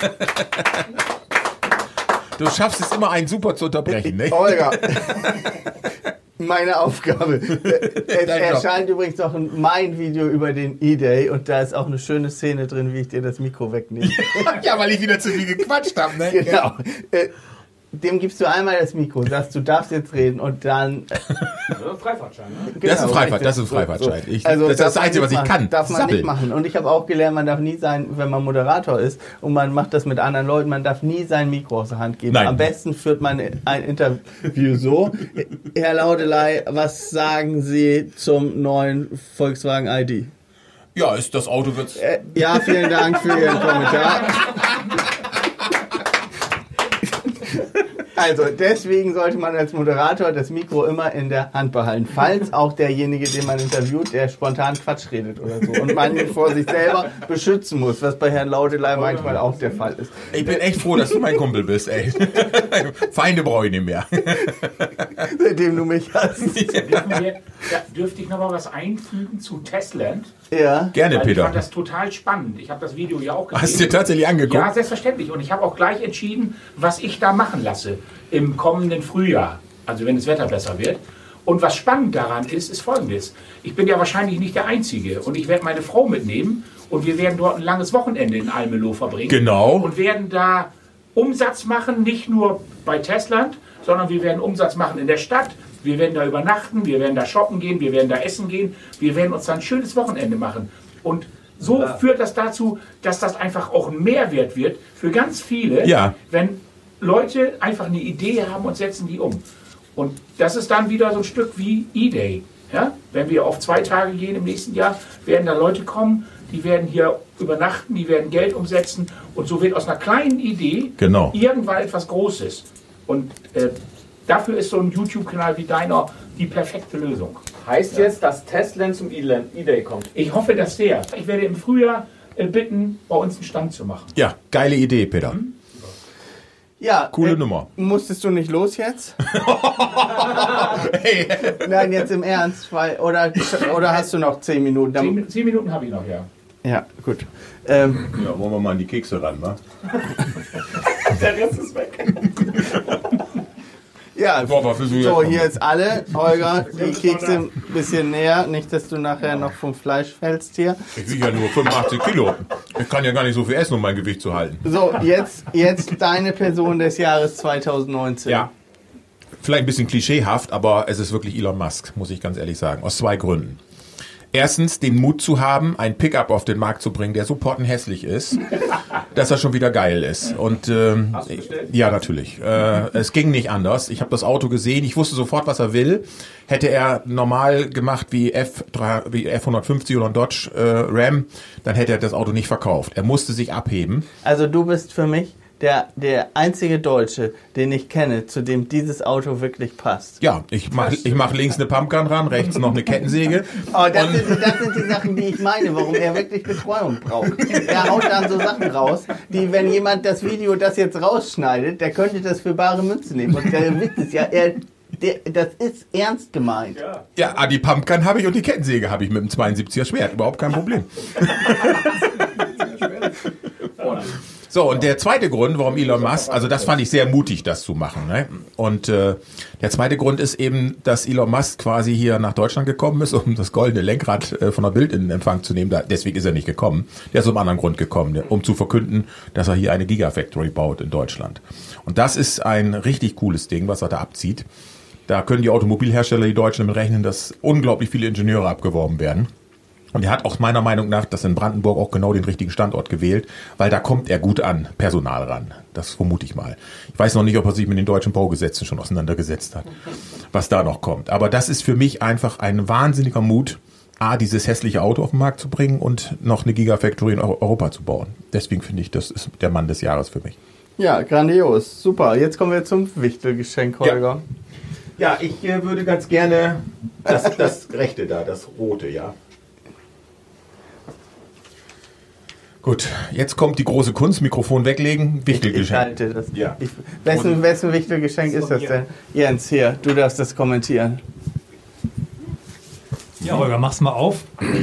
Du schaffst es immer, einen super zu unterbrechen. Ne? Holger. Meine Aufgabe. Es erscheint übrigens auch mein Video über den E-Day und da ist auch eine schöne Szene drin, wie ich dir das Mikro wegnehme. Ja, weil ich wieder zu viel gequatscht habe. Ne? Genau. Dem gibst du einmal das Mikro, sagst, du darfst jetzt reden und dann... Freifahrtschein, ne? Genau, das ist ein Freifahrtschein. Also das ist das Einzige, was ich kann. Darf man nicht machen. Und ich habe auch gelernt, man darf nie wenn man Moderator ist und man macht das mit anderen Leuten, man darf nie sein Mikro aus der Hand geben. Nein. Am besten führt man ein Interview so. Herr Laudeley, was sagen Sie zum neuen Volkswagen ID? Ja, das Auto wird... Ja, vielen Dank für Ihren Kommentar. Also deswegen sollte man als Moderator das Mikro immer in der Hand behalten, falls auch derjenige, den man interviewt, der spontan Quatsch redet oder so und man ihn vor sich selber beschützen muss, was bei Herrn Laudeley manchmal auch der Fall ist. Ich bin echt froh, dass du mein Kumpel bist, ey. Feinde brauche ich nicht mehr. Seitdem du mich hast. Dürfte ich noch mal was einfügen zu Testland? Ja. Gerne, Weil Peter. Ich fand das total spannend. Ich habe das Video ja auch gesehen. Hast du dir tatsächlich angeguckt? Ja, selbstverständlich. Und ich habe auch gleich entschieden, was ich da machen lasse im kommenden Frühjahr. Also wenn das Wetter besser wird. Und was spannend daran ist Folgendes. Ich bin ja wahrscheinlich nicht der Einzige. Und ich werde meine Frau mitnehmen. Und wir werden dort ein langes Wochenende in Almelo verbringen. Genau. Und werden da Umsatz machen, nicht nur bei Testland, sondern wir werden Umsatz machen in der Stadt. Wir werden da übernachten, wir werden da shoppen gehen, wir werden da essen gehen. Wir werden uns da ein schönes Wochenende machen. Und so führt das dazu, dass das einfach auch ein Mehrwert wird für ganz viele, wenn Leute einfach eine Idee haben und setzen die um. Und das ist dann wieder so ein Stück wie E-Day. Ja? Wenn wir auf 2 Tage gehen im nächsten Jahr, werden da Leute kommen, die werden hier übernachten, die werden Geld umsetzen und so wird aus einer kleinen Idee irgendwann etwas Großes. Und dafür ist so ein YouTube-Kanal wie deiner die perfekte Lösung. Heißt jetzt, dass Testland zum E-Day kommt? Ich hoffe das sehr. Ich werde im Frühjahr bitten, bei uns einen Stand zu machen. Ja, geile Idee, Peter. Ja, coole Nummer. Musstest du nicht los jetzt? Nein, jetzt im Ernst. Oder hast du noch 10 Minuten? 10 Minuten habe ich noch, ja. Ja, gut. Ja, wollen wir mal an die Kekse ran, wa? Der Rest ist weg. Ja, so, hier ist alle. Holger, die Kekse ein bisschen näher. Nicht, dass du nachher noch vom Fleisch fällst hier. Ich wiege ja nur 85 Kilo. Ich kann ja gar nicht so viel essen, um mein Gewicht zu halten. So, jetzt deine Person des Jahres 2019. Ja. vielleicht ein bisschen klischeehaft, aber es ist wirklich Elon Musk, muss ich ganz ehrlich sagen, aus 2 Gründen. Erstens, den Mut zu haben, ein Pickup auf den Markt zu bringen, der so pottenhässlich ist, dass er schon wieder geil ist. Und Hast du bestellt? ja, natürlich. Es ging nicht anders. Ich habe das Auto gesehen, ich wusste sofort, was er will. Hätte er normal gemacht wie F150 oder ein Dodge Ram, dann hätte er das Auto nicht verkauft. Er musste sich abheben. Also du bist für mich der einzige Deutsche, den ich kenne, zu dem dieses Auto wirklich passt. Ja, ich mach links eine Pumpgun ran, rechts noch eine Kettensäge. Aber das sind die Sachen, die ich meine, warum er wirklich Betreuung braucht. Er haut dann so Sachen raus, die, wenn jemand das jetzt rausschneidet, der könnte das für bare Münze nehmen. Und der Witz ist ja, das ist ernst gemeint. Ja, die Pumpgun habe ich und die Kettensäge habe ich mit dem 72er Schwert. Überhaupt kein Problem. So, und der zweite Grund, warum Elon Musk, also das fand ich sehr mutig, das zu machen. Ne? Und der zweite Grund ist eben, dass Elon Musk quasi hier nach Deutschland gekommen ist, um das goldene Lenkrad von der Bild in Empfang zu nehmen. Deswegen ist er nicht gekommen. Der ist aus einem anderen Grund gekommen, um zu verkünden, dass er hier eine Gigafactory baut in Deutschland. Und das ist ein richtig cooles Ding, was er da abzieht. Da können die Automobilhersteller, die Deutschen, damit rechnen, dass unglaublich viele Ingenieure abgeworben werden. Und er hat auch meiner Meinung nach das in Brandenburg auch genau den richtigen Standort gewählt, weil da kommt er gut an, Personal ran. Das vermute ich mal. Ich weiß noch nicht, ob er sich mit den deutschen Baugesetzen schon auseinandergesetzt hat, was da noch kommt. Aber das ist für mich einfach ein wahnsinniger Mut, dieses hässliche Auto auf den Markt zu bringen und noch eine Gigafactory in Europa zu bauen. Deswegen finde ich, das ist der Mann des Jahres für mich. Ja, grandios. Super. Jetzt kommen wir zum Wichtelgeschenk, Holger. Ja, ich würde ganz gerne das rechte da, das rote, ja. Gut, jetzt kommt die große Kunst, Mikrofon weglegen, Wichtelgeschenk. Ich halte das. Ja. Wessen Wichtelgeschenk ist das denn? Jens, hier, du darfst das kommentieren. Ja, Holger, mach's mal auf.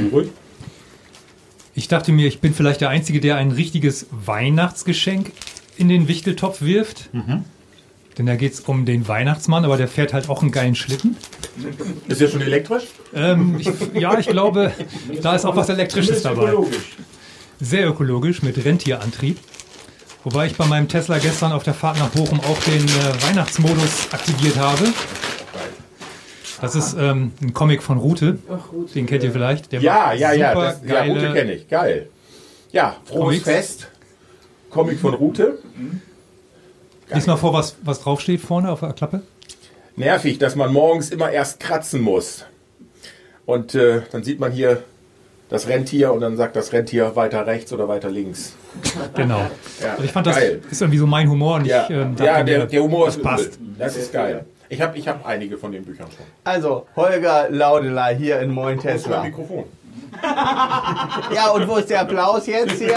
Ich dachte mir, ich bin vielleicht der Einzige, der ein richtiges Weihnachtsgeschenk in den Wichteltopf wirft. Denn da geht's um den Weihnachtsmann, aber der fährt halt auch einen geilen Schlitten. Ist der schon elektrisch? Ich glaube, da ist auch was Elektrisches dabei. Sehr ökologisch mit Rentierantrieb. Wobei ich bei meinem Tesla gestern auf der Fahrt nach Bochum auch den Weihnachtsmodus aktiviert habe. Das ist ein Comic von Rute. Den kennt ihr vielleicht. Der Rute kenne ich. Geil. Ja, frohes Fest. Comic von Rute. Lies mal vor, was draufsteht vorne auf der Klappe. Nervig, dass man morgens immer erst kratzen muss. Und dann sieht man hier das Rentier und dann sagt das Rentier weiter rechts oder weiter links. Genau. Ja, also ich fand, das ist irgendwie so mein Humor. Und der Humor ist passt. Cool. Das ist geil. Ich hab einige von den Büchern schon. Also, Holger Laudelei hier in Moin Tesla. Mikrofon. Ja, und wo ist der Applaus jetzt hier?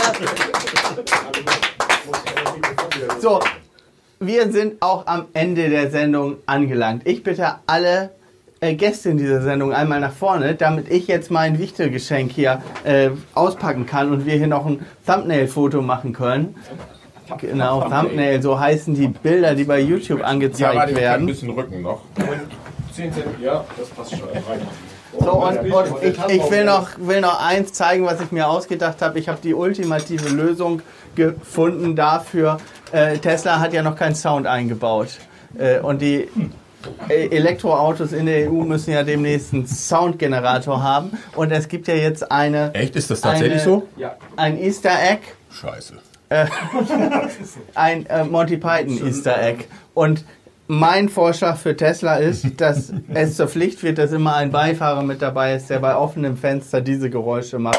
So, wir sind auch am Ende der Sendung angelangt. Ich bitte alle Gäste in dieser Sendung einmal nach vorne, damit ich jetzt mein Wichtelgeschenk hier auspacken kann und wir hier noch ein Thumbnail-Foto machen können. Genau, Thumbnail, so heißen die Bilder, die bei YouTube angezeigt werden. Ein bisschen Rücken noch. 10 Cent, ja, das passt schon. So, und ich will noch eins zeigen, was ich mir ausgedacht habe. Ich habe die ultimative Lösung gefunden dafür. Tesla hat ja noch keinen Sound eingebaut. Und die Elektroautos in der EU müssen ja demnächst einen Soundgenerator haben. Und es gibt ja jetzt eine... Echt? Ist das tatsächlich so? Ja. Ein Easter Egg. Scheiße. Ein Monty Python Easter Egg. Und mein Vorschlag für Tesla ist, dass es zur Pflicht wird, dass immer ein Beifahrer mit dabei ist, der bei offenem Fenster diese Geräusche macht.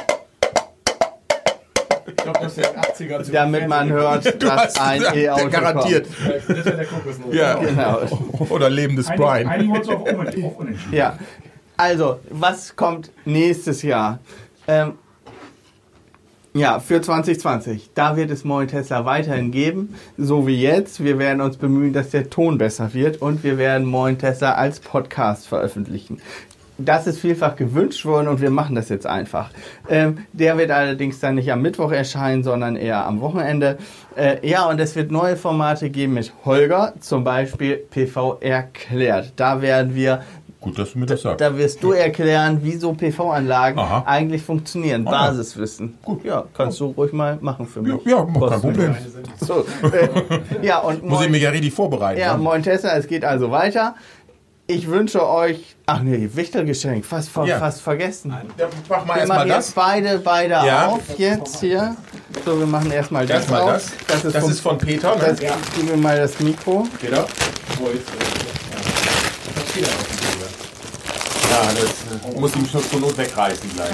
Ich glaube, das ist der 80er zu damit man hört, dass ein E-Auto garantiert. kommt. Das ist ja der Kokosnuss. Ja. Genau. Oder lebendes Brian. Einigen wir uns auf Unentschieden. Ja. Also, was kommt nächstes Jahr? Ja, für 2020. Da wird es Moin Tesla weiterhin geben, so wie jetzt. Wir werden uns bemühen, dass der Ton besser wird und wir werden Moin Tesla als Podcast veröffentlichen. Das ist vielfach gewünscht worden und wir machen das jetzt einfach. Der wird allerdings dann nicht am Mittwoch erscheinen, sondern eher am Wochenende. Ja, und es wird neue Formate geben mit Holger, zum Beispiel PV erklärt. Da werden wir Gut, dass du mir das sagst. Da wirst du erklären, wie so PV-Anlagen Aha. eigentlich funktionieren. ja. Basiswissen. Gut. Ja, kannst du ruhig mal machen für mich. Ja, kein Problem. So, ja, und Muss ich mich ja richtig vorbereiten. ja, ne? moin Tesla, es geht also weiter. Ich wünsche euch... Ach nee, Wichtelgeschenk, fast vergessen. Ja, mach mal Wir erstmal machen das. jetzt beide Ja. auf, jetzt hier. So, wir machen erstmal das Erstmal auf. das. Das ist von Peter, ne? Das, gib mir mal das Mikro. Peter. Ja, das muss ich schon zur Not wegreißen gleich.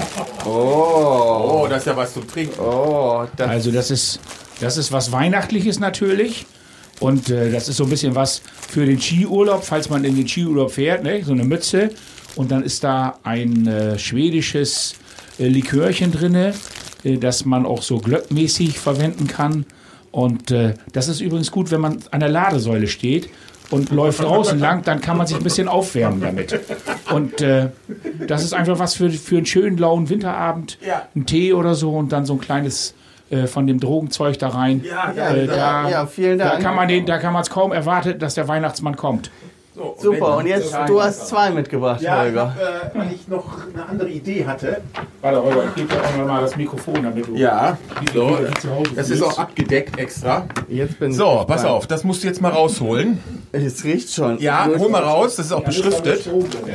Oh, das ist ja was zum Trinken. Oh, das Also das ist was Weihnachtliches natürlich. Und das ist so ein bisschen was für den Skiurlaub, falls man in den Skiurlaub fährt, ne? So eine Mütze. Und dann ist da ein schwedisches Likörchen drinne, das man auch so glöckmäßig verwenden kann. Und das ist übrigens gut, wenn man an der Ladesäule steht und läuft draußen lang, dann kann man sich ein bisschen aufwärmen damit. Und das ist einfach was für einen schönen lauen Winterabend. Ja. Ein Tee oder so und dann so ein kleines von dem Drogenzeug da rein. ja, vielen Dank. Da kann man es kaum erwarten, dass der Weihnachtsmann kommt. So, Super, und jetzt, du hast zwei mitgebracht, Ja, Holger. weil ich noch eine andere Idee hatte. Warte, Holger, ich gebe dir auch mal das Mikrofon, damit du... Ja, so. wie zu Hause Das ist auch abgedeckt extra. Jetzt bin So, ich pass gespannt. auf, das musst du jetzt mal rausholen. Es riecht schon. Ja, hol mal raus, das ist auch beschriftet.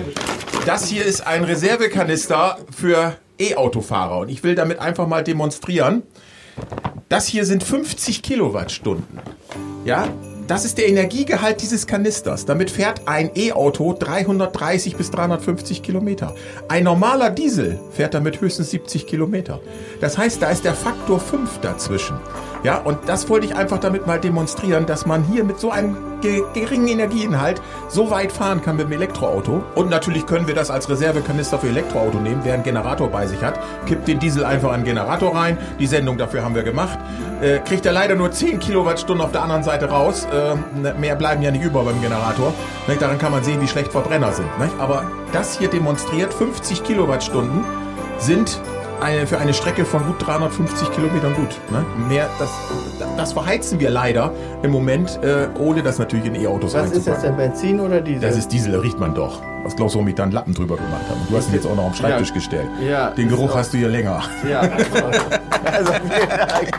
Das hier ist ein Reservekanister für E-Autofahrer und ich will damit einfach mal demonstrieren. Das hier sind 50 Kilowattstunden. Ja, das ist der Energiegehalt dieses Kanisters. Damit fährt ein E-Auto 330 bis 350 Kilometer. Ein normaler Diesel fährt damit höchstens 70 Kilometer. Das heißt, da ist der Faktor 5 dazwischen. Ja, und das wollte ich einfach damit mal demonstrieren, dass man hier mit so einem geringen Energieinhalt so weit fahren kann mit dem Elektroauto. Und natürlich können wir das als Reservekanister für Elektroauto nehmen, wer einen Generator bei sich hat. Kippt den Diesel einfach an den Generator rein. Die Sendung dafür haben wir gemacht. Kriegt er leider nur 10 Kilowattstunden auf der anderen Seite raus. Mehr bleiben ja nicht über beim Generator. Nicht? Daran kann man sehen, wie schlecht Verbrenner sind. Nicht? Aber das hier demonstriert, 50 Kilowattstunden sind für eine Strecke von gut 350 Kilometern gut. Ne? Mehr, das verheizen wir leider im Moment, ohne das natürlich in E-Autos Was ist das reinzupacken. denn, Benzin oder Diesel? Das ist Diesel, riecht man doch. Was glaubst du, warum ich da einen Lappen drüber gemacht habe? Und du hast ihn jetzt auch noch am Schreibtisch gestellt. Ja, Den Geruch hast du hier länger. Ja, also vielen Dank.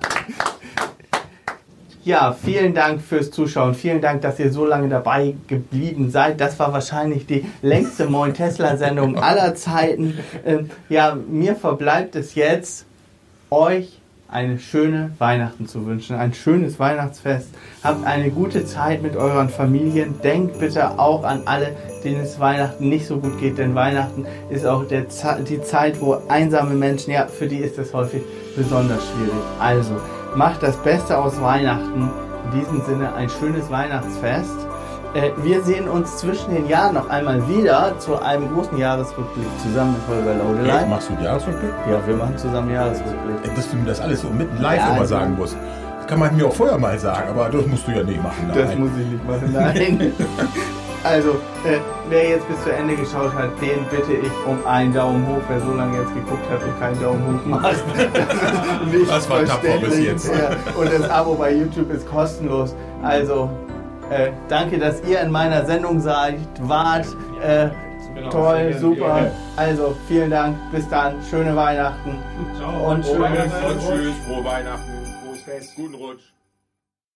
Ja, vielen Dank fürs Zuschauen. Vielen Dank, dass ihr so lange dabei geblieben seid. Das war wahrscheinlich die längste Moin Tesla-Sendung aller Zeiten. Ja, mir verbleibt es jetzt, euch eine schöne Weihnachten zu wünschen. Ein schönes Weihnachtsfest. Habt eine gute Zeit mit euren Familien. Denkt bitte auch an alle, denen es Weihnachten nicht so gut geht. Denn Weihnachten ist auch die Zeit, wo einsame Menschen, ja, für die ist es häufig besonders schwierig. Also, macht das Beste aus Weihnachten. In diesem Sinne ein schönes Weihnachtsfest. Wir sehen uns zwischen den Jahren noch einmal wieder zu einem großen Jahresrückblick zusammen mit Holger Laudelei. Machst du einen Jahresrückblick? Ja, wir machen zusammen Jahresrückblick. Dass du mir das alles so mitten live Ja, immer sagen musst. Das kann man mir auch vorher mal sagen, aber das musst du ja nicht machen. Das Nein. muss ich nicht machen, nein. Also, wer jetzt bis zu Ende geschaut hat, den bitte ich um einen Daumen hoch. Wer so lange jetzt geguckt hat und keinen Daumen hoch macht, das ist nicht Das war tapfer bis verständlich. jetzt. Ja, und das Abo bei YouTube ist kostenlos. Also, danke, dass ihr in meiner Sendung wart. Toll, super. Also, vielen Dank. Bis dann. Schöne Weihnachten. Ciao. Und Frohe schönes Weihnachten. Und tschüss, frohe Weihnachten, frohes Fest, guten Rutsch.